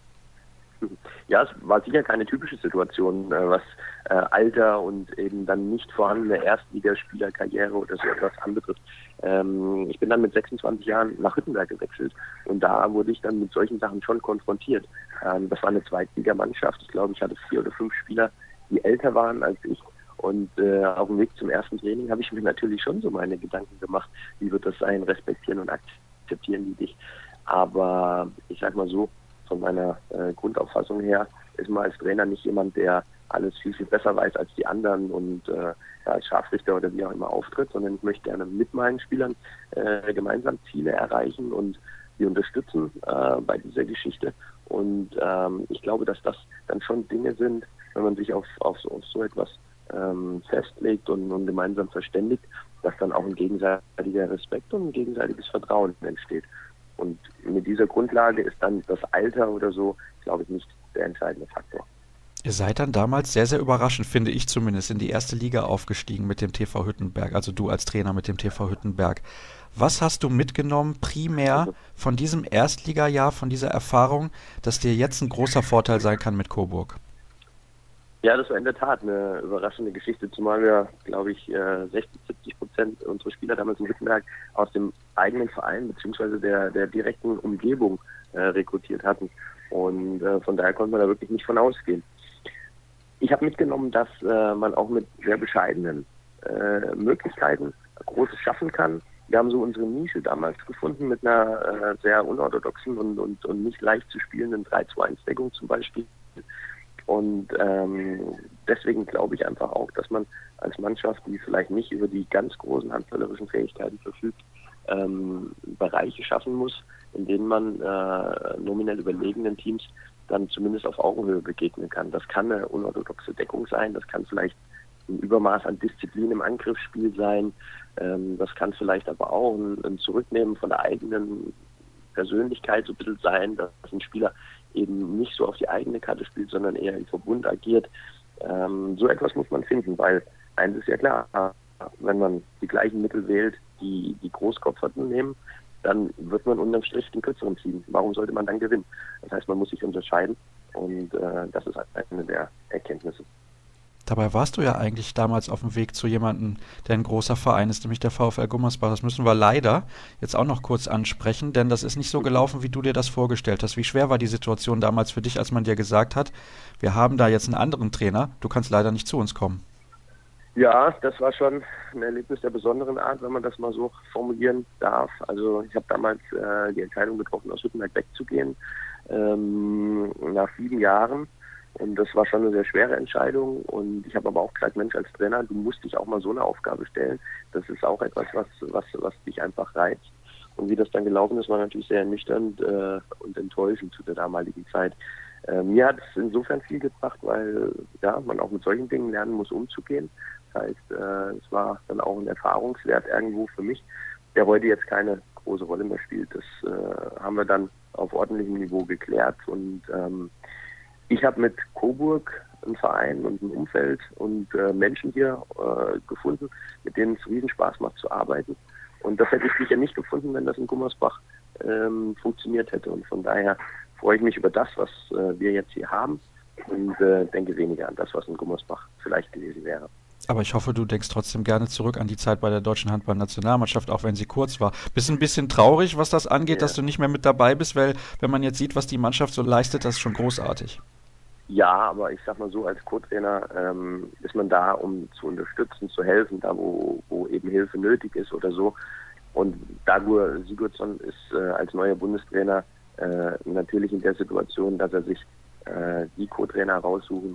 Ja, es war sicher keine typische Situation, was Alter und eben dann nicht vorhandene Erstligaspielerkarriere oder so etwas anbetrifft. Ich bin dann mit 26 Jahren nach Hüttenberg gewechselt und da wurde ich dann mit solchen Sachen schon konfrontiert. Das war eine Zweitligamannschaft. Ich glaube, ich hatte 4 oder 5 Spieler, die älter waren als ich. Und auf dem Weg zum ersten Training habe ich mir natürlich schon so meine Gedanken gemacht, wie wird das sein, respektieren und akzeptieren die dich. Aber ich sag mal so, von meiner Grundauffassung her ist man als Trainer nicht jemand, der alles viel, viel besser weiß als die anderen und als Scharfrichter oder wie auch immer auftritt, sondern ich möchte gerne mit meinen Spielern gemeinsam Ziele erreichen und die unterstützen bei dieser Geschichte. Und ich glaube, dass das dann schon Dinge sind, wenn man sich auf so etwas festlegt und gemeinsam verständigt, dass dann auch ein gegenseitiger Respekt und ein gegenseitiges Vertrauen entsteht. Und mit dieser Grundlage ist dann das Alter oder so, glaube ich, nicht der entscheidende Faktor. Ihr seid dann damals sehr, sehr überraschend, finde ich zumindest, in die erste Liga aufgestiegen mit dem TV Hüttenberg, also du als Trainer mit dem TV Hüttenberg. Was hast du mitgenommen primär von diesem Erstligajahr, von dieser Erfahrung, dass dir jetzt ein großer Vorteil sein kann mit Coburg? Ja, das war in der Tat eine überraschende Geschichte, zumal wir, glaube ich, 60-70% unserer Spieler damals in Hüttenberg aus dem eigenen Verein bzw. der direkten Umgebung rekrutiert hatten. Und von daher konnte man da wirklich nicht von ausgehen. Ich habe mitgenommen, dass man auch mit sehr bescheidenen Möglichkeiten Großes schaffen kann. Wir haben so unsere Nische damals gefunden mit einer sehr unorthodoxen und nicht leicht zu spielenden 3-2-1-Deckung zum Beispiel. Und deswegen glaube ich einfach auch, dass man als Mannschaft, die vielleicht nicht über die ganz großen handballerischen Fähigkeiten verfügt, Bereiche schaffen muss, in denen man nominell überlegenen Teams dann zumindest auf Augenhöhe begegnen kann. Das kann eine unorthodoxe Deckung sein, das kann vielleicht ein Übermaß an Disziplin im Angriffsspiel sein, das kann vielleicht aber auch ein Zurücknehmen von der eigenen Persönlichkeit so ein bisschen sein, dass ein Spieler eben nicht so auf die eigene Karte spielt, sondern eher im Verbund agiert. So etwas muss man finden, weil eins ist ja klar, wenn man die gleichen Mittel wählt, die Großkopferten nehmen, dann wird man unterm Strich den Kürzeren ziehen. Warum sollte man dann gewinnen? Das heißt, man muss sich unterscheiden und das ist eine der Erkenntnisse. Dabei warst du ja eigentlich damals auf dem Weg zu jemandem, der ein großer Verein ist, nämlich der VfL Gummersbach. Das müssen wir leider jetzt auch noch kurz ansprechen, denn das ist nicht so gelaufen, wie du dir das vorgestellt hast. Wie schwer war die Situation damals für dich, als man dir gesagt hat, wir haben da jetzt einen anderen Trainer, du kannst leider nicht zu uns kommen? Ja, das war schon ein Erlebnis der besonderen Art, wenn man das mal so formulieren darf. Also ich habe damals die Entscheidung getroffen, aus Wittenberg wegzugehen, nach 7 Jahren. Und das war schon eine sehr schwere Entscheidung. Und ich habe aber auch gesagt, Mensch, als Trainer, du musst dich auch mal so eine Aufgabe stellen. Das ist auch etwas, was dich einfach reizt. Und wie das dann gelaufen ist, war natürlich sehr ernüchternd und enttäuschend zu der damaligen Zeit. Mir hat es insofern viel gebracht, weil ja, man auch mit solchen Dingen lernen muss, umzugehen. Das heißt, es war dann auch ein Erfahrungswert irgendwo für mich, der heute jetzt keine große Rolle mehr spielt. Das haben wir dann auf ordentlichem Niveau geklärt. Und ich habe mit Coburg einen Verein und ein Umfeld und Menschen hier gefunden, mit denen es riesen Spaß macht zu arbeiten. Und das hätte ich sicher nicht gefunden, wenn das in Gummersbach funktioniert hätte. Und von daher freue ich mich über das, was wir jetzt hier haben und denke weniger an das, was in Gummersbach vielleicht gewesen wäre. Aber ich hoffe, du denkst trotzdem gerne zurück an die Zeit bei der deutschen Handball-Nationalmannschaft, auch wenn sie kurz war. Bist ein bisschen traurig, was das angeht, dass du nicht mehr mit dabei bist, weil wenn man jetzt sieht, was die Mannschaft so leistet, das ist schon großartig. Ja, aber ich sag mal so, als Co-Trainer ist man da, um zu unterstützen, zu helfen, da wo eben Hilfe nötig ist oder so. Und Dagur Sigurdsson ist als neuer Bundestrainer natürlich in der Situation, dass er sich die Co-Trainer raussuchen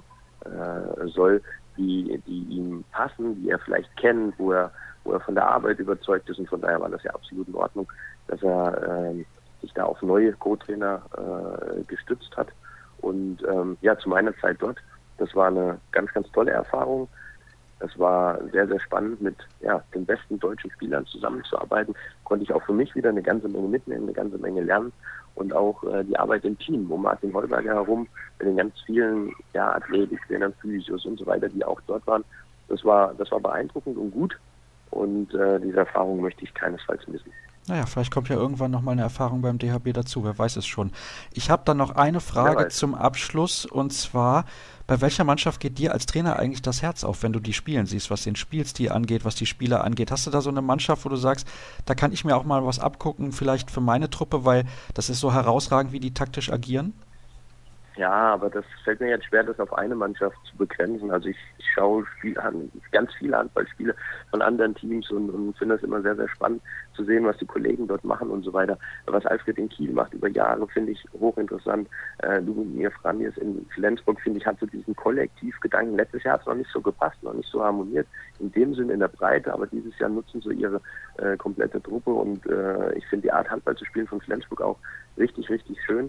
soll, die ihm passen, die er vielleicht kennt, wo er von der Arbeit überzeugt ist. Und von daher war das ja absolut in Ordnung, dass er sich da auf neue Co-Trainer gestützt hat. Und ja, zu meiner Zeit dort, das war eine ganz, ganz tolle Erfahrung. Es war sehr, sehr spannend, mit den besten deutschen Spielern zusammenzuarbeiten. Konnte ich auch für mich wieder eine ganze Menge mitnehmen, eine ganze Menge lernen. Und auch die Arbeit im Team, wo Martin Heuberger herum, mit den ganz vielen Athletiktrainern, Physios und so weiter, die auch dort waren. Das war beeindruckend und gut. Und diese Erfahrung möchte ich keinesfalls missen. Naja, vielleicht kommt ja irgendwann nochmal eine Erfahrung beim DHB dazu, wer weiß es schon. Ich habe dann noch eine Frage zum Abschluss, und zwar, bei welcher Mannschaft geht dir als Trainer eigentlich das Herz auf, wenn du die spielen siehst, was den Spielstil angeht, was die Spieler angeht? Hast du da so eine Mannschaft, wo du sagst, da kann ich mir auch mal was abgucken, vielleicht für meine Truppe, weil das ist so herausragend, wie die taktisch agieren? Ja, aber das fällt mir jetzt schwer, das auf eine Mannschaft zu begrenzen. Also ich schaue ganz viele Handballspiele von anderen Teams und finde es immer sehr, sehr spannend zu sehen, was die Kollegen dort machen und so weiter. Was Alfred in Kiel macht über Jahre, finde ich hochinteressant. Lumir Franjes in Flensburg, finde ich, hat so diesen Kollektivgedanken. Letztes Jahr hat es noch nicht so gepasst, noch nicht so harmoniert, in dem Sinne in der Breite, aber dieses Jahr nutzen sie ihre komplette Truppe und ich finde die Art Handball zu spielen von Flensburg auch richtig, richtig schön.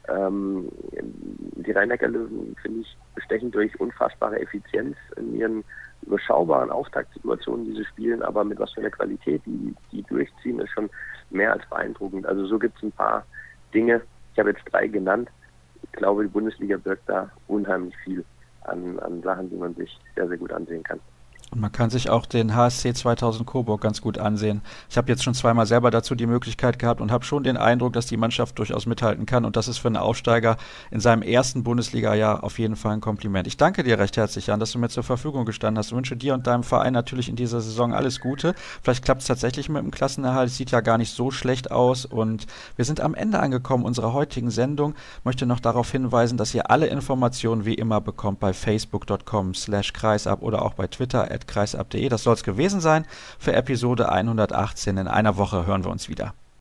Die Rhein-Neckar-Löwen, finde ich, bestechen durch unfassbare Effizienz in ihren überschaubaren Auftaktsituationen, die sie spielen, aber mit was für einer Qualität die durchziehen, ist schon mehr als beeindruckend. Also so gibt es ein paar Dinge, ich habe jetzt 3 genannt. Ich glaube, die Bundesliga birgt da unheimlich viel an Sachen, die man sich sehr, sehr gut ansehen kann. Und man kann sich auch den HSC 2000 Coburg ganz gut ansehen. Ich habe jetzt schon zweimal selber dazu die Möglichkeit gehabt und habe schon den Eindruck, dass die Mannschaft durchaus mithalten kann. Und das ist für einen Aufsteiger in seinem ersten Bundesliga-Jahr auf jeden Fall ein Kompliment. Ich danke dir recht herzlich, Jan, dass du mir zur Verfügung gestanden hast. Ich wünsche dir und deinem Verein natürlich in dieser Saison alles Gute. Vielleicht klappt es tatsächlich mit dem Klassenerhalt. Es sieht ja gar nicht so schlecht aus. Und wir sind am Ende angekommen unserer heutigen Sendung. Ich möchte noch darauf hinweisen, dass ihr alle Informationen wie immer bekommt bei facebook.com/kreisab oder auch bei Twitter @kreisab.de. Das soll es gewesen sein für Episode 118. In einer Woche hören wir uns wieder.